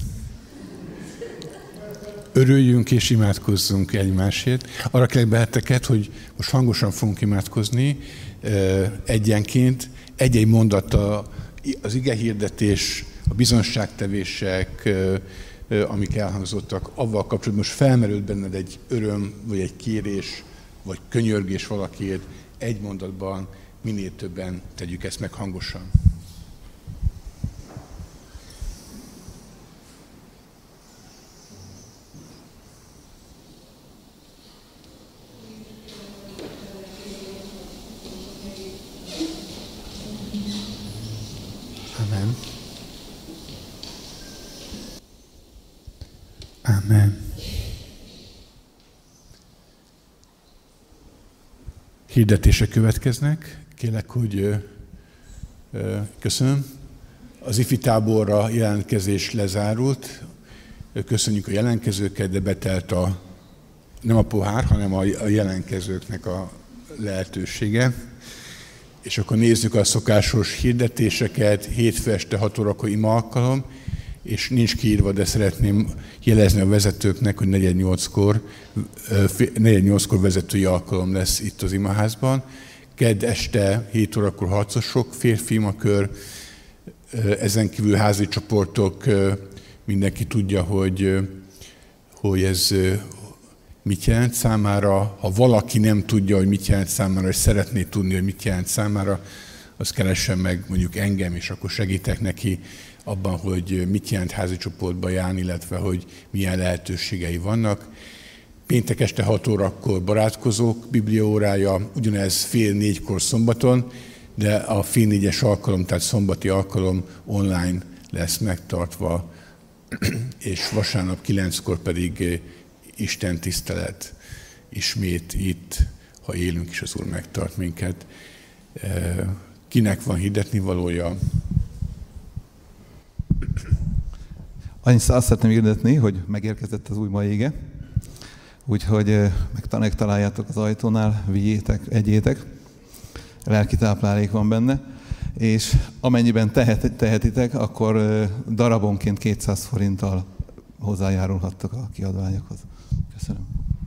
örüljünk és imádkozzunk egymásért. Arra kérlek benneteket, hogy most hangosan fogunk imádkozni egyenként, egy-egy mondattal az igehirdetés, a bizonságtevések, amik elhangzottak, avval kapcsolatban most felmerült benned egy öröm, vagy egy kérés, vagy könyörgés valakiért, egy mondatban minél többen tegyük ezt meg hangosan. Amen. Amen. Hirdetések következnek. Kérlek, hogy ö, ö, köszönöm. Az ifi táborra jelentkezés lezárult. Köszönjük a jelentkezőket, de betelt a, nem a pohár, hanem a, a jelentkezőknek a lehetősége. És akkor nézzük a szokásos hirdetéseket, hétfő este hat órakor ima alkalom, és nincs kiírva, de szeretném jelezni a vezetőknek, hogy negyed nyolckor, negyed nyolckor vezetői alkalom lesz itt az imaházban. Kedd este hét órakor harcosok, férfi imakör, ezen kívül házi csoportok, mindenki tudja, hogy, hogy ez mit jelent számára. Ha valaki nem tudja, hogy mit jelent számára, és szeretné tudni, hogy mit jelent számára, az keressen meg mondjuk engem, és akkor segítek neki abban, hogy mit jelent házi csoportba járni, illetve hogy milyen lehetőségei vannak. Péntek este hat órakor barátkozók bibliaórája, ugyanez fél négykor szombaton, de a fél négyes alkalom, tehát szombati alkalom online lesz megtartva, és vasárnap kilenckor pedig Isten tisztelet ismét itt, ha élünk, és az Úr megtart minket. Kinek van hirdetni valója? Annyit azt szeretném hirdetni, hogy megérkezett az új mai ige, úgyhogy megtaláljátok az ajtónál, vigyétek, egyétek, lelki táplálék van benne, és amennyiben tehet, tehetitek, akkor darabonként kétszáz forinttal hozzájárulhattok a kiadványokhoz. Köszönöm.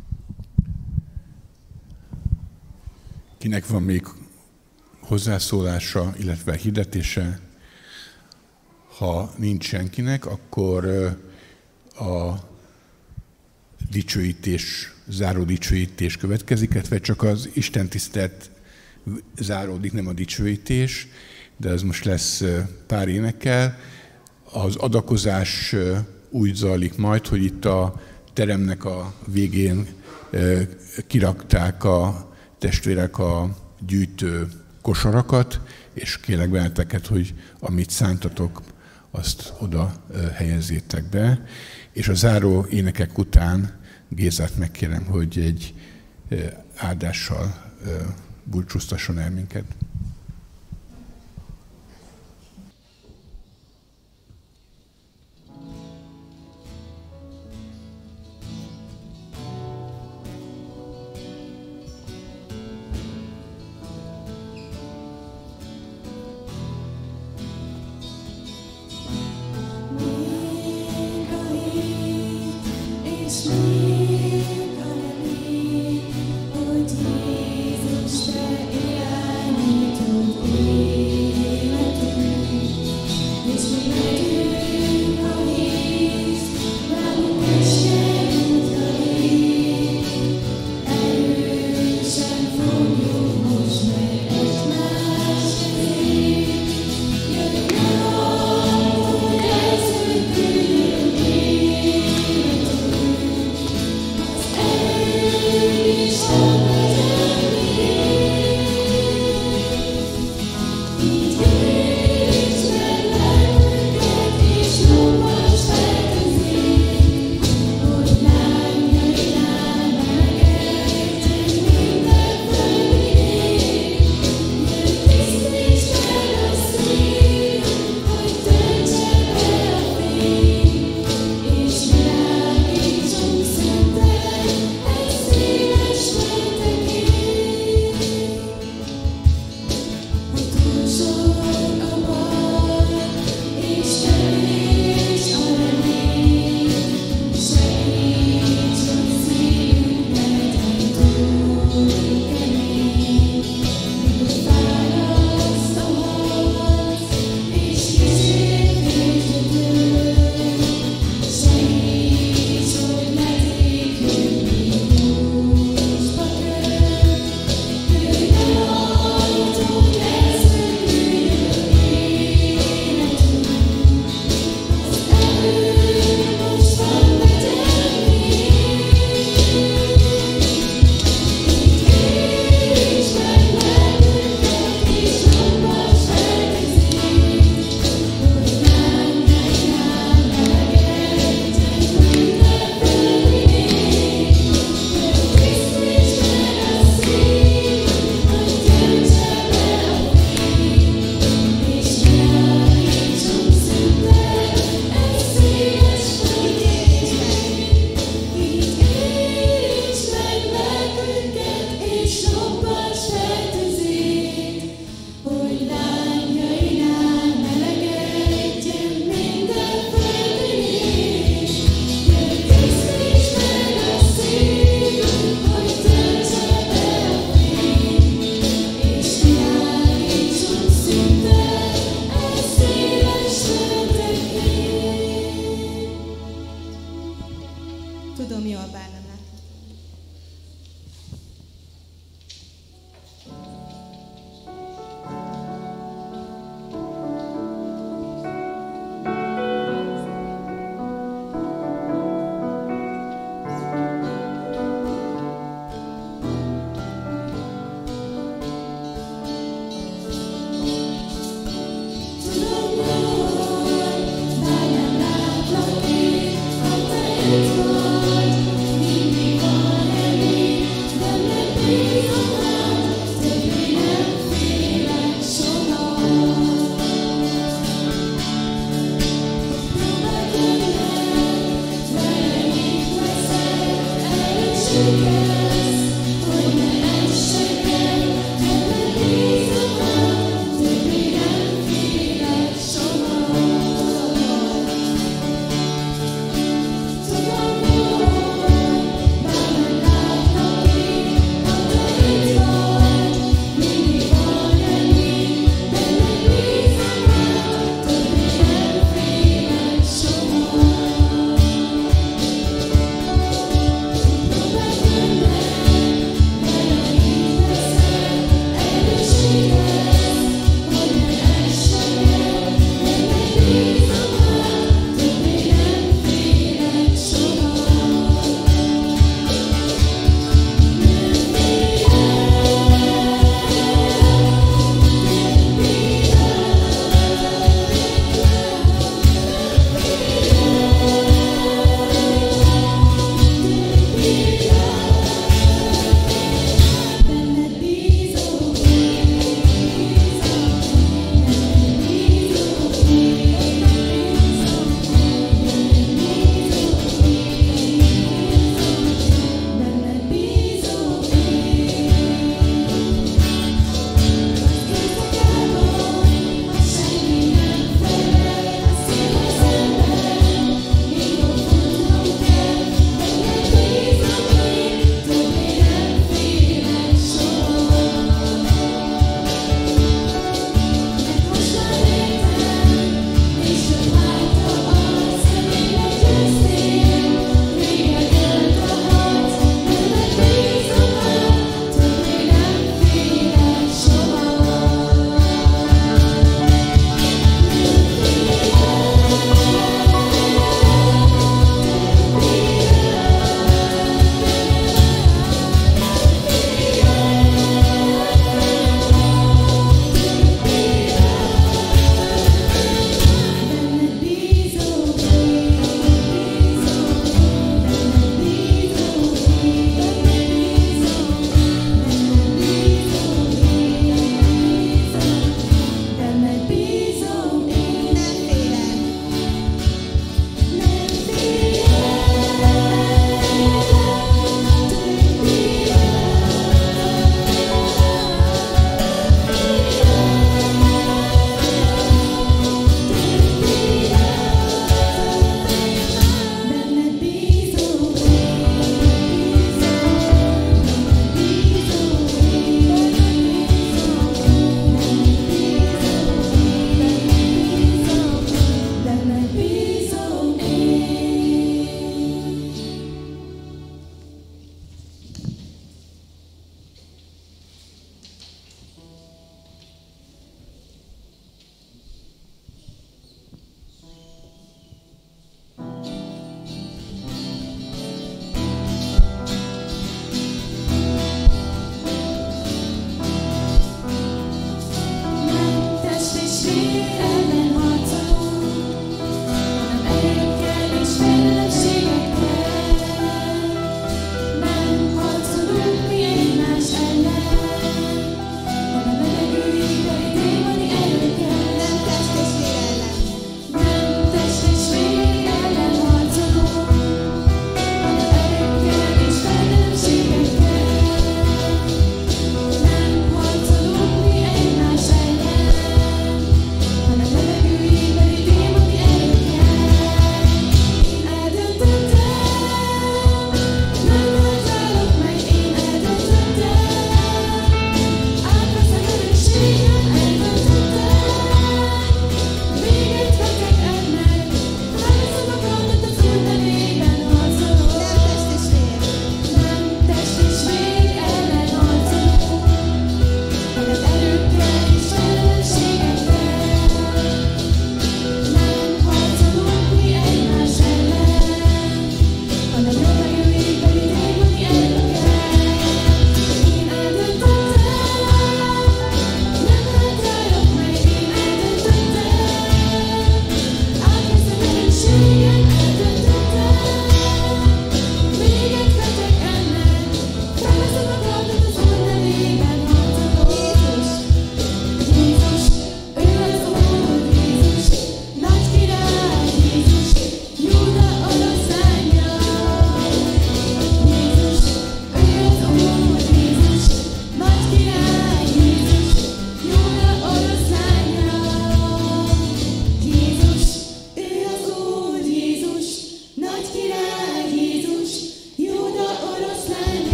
Kinek van még hozzászólása, illetve hirdetése? Ha nincs senkinek, akkor a dicsőítés, záró dicsőítés következik, illetve csak az Isten tisztelet záródik, nem a dicsőítés, de ez most lesz pár énekkel. Az adakozás úgy zajlik majd, hogy itt a teremnek a végén kirakták a testvérek a gyűjtő kosarakat, és kérlek benneteket, hogy amit szántatok, azt oda helyezzétek be. És a záró énekek után Gézát megkérem, hogy egy áldással búcsúztasson el minket. Jézus, te irányítod életünk, és mi tudom jól, bár nem látom. It's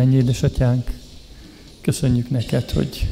Mennyi édesatyánk, köszönjük neked, hogy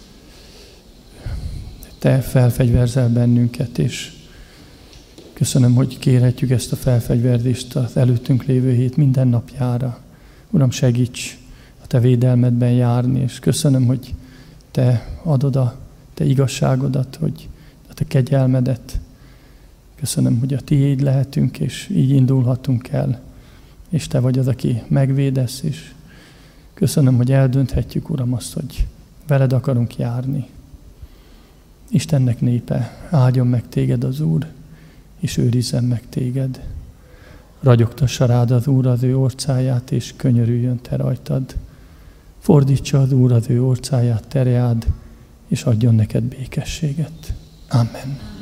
te felfegyverzel bennünket, és köszönöm, hogy kérhetjük ezt a felfegyverzést az előttünk lévő hét minden napjára. Uram, segíts a te védelmedben járni, és köszönöm, hogy te adod a te igazságodat, hogy a te kegyelmedet. Köszönöm, hogy a tiéd lehetünk, és így indulhatunk el, és te vagy az, aki megvédesz, és köszönöm, hogy eldönthetjük, Uram, azt, hogy veled akarunk járni. Istennek népe, áldjon meg téged az Úr, és őrizzen meg téged. Ragyogtassa rád az Úr az ő orcáját, és könyörüljön te rajtad. Fordítsa az Úr az ő orcáját te reád, és adjon neked békességet. Amen.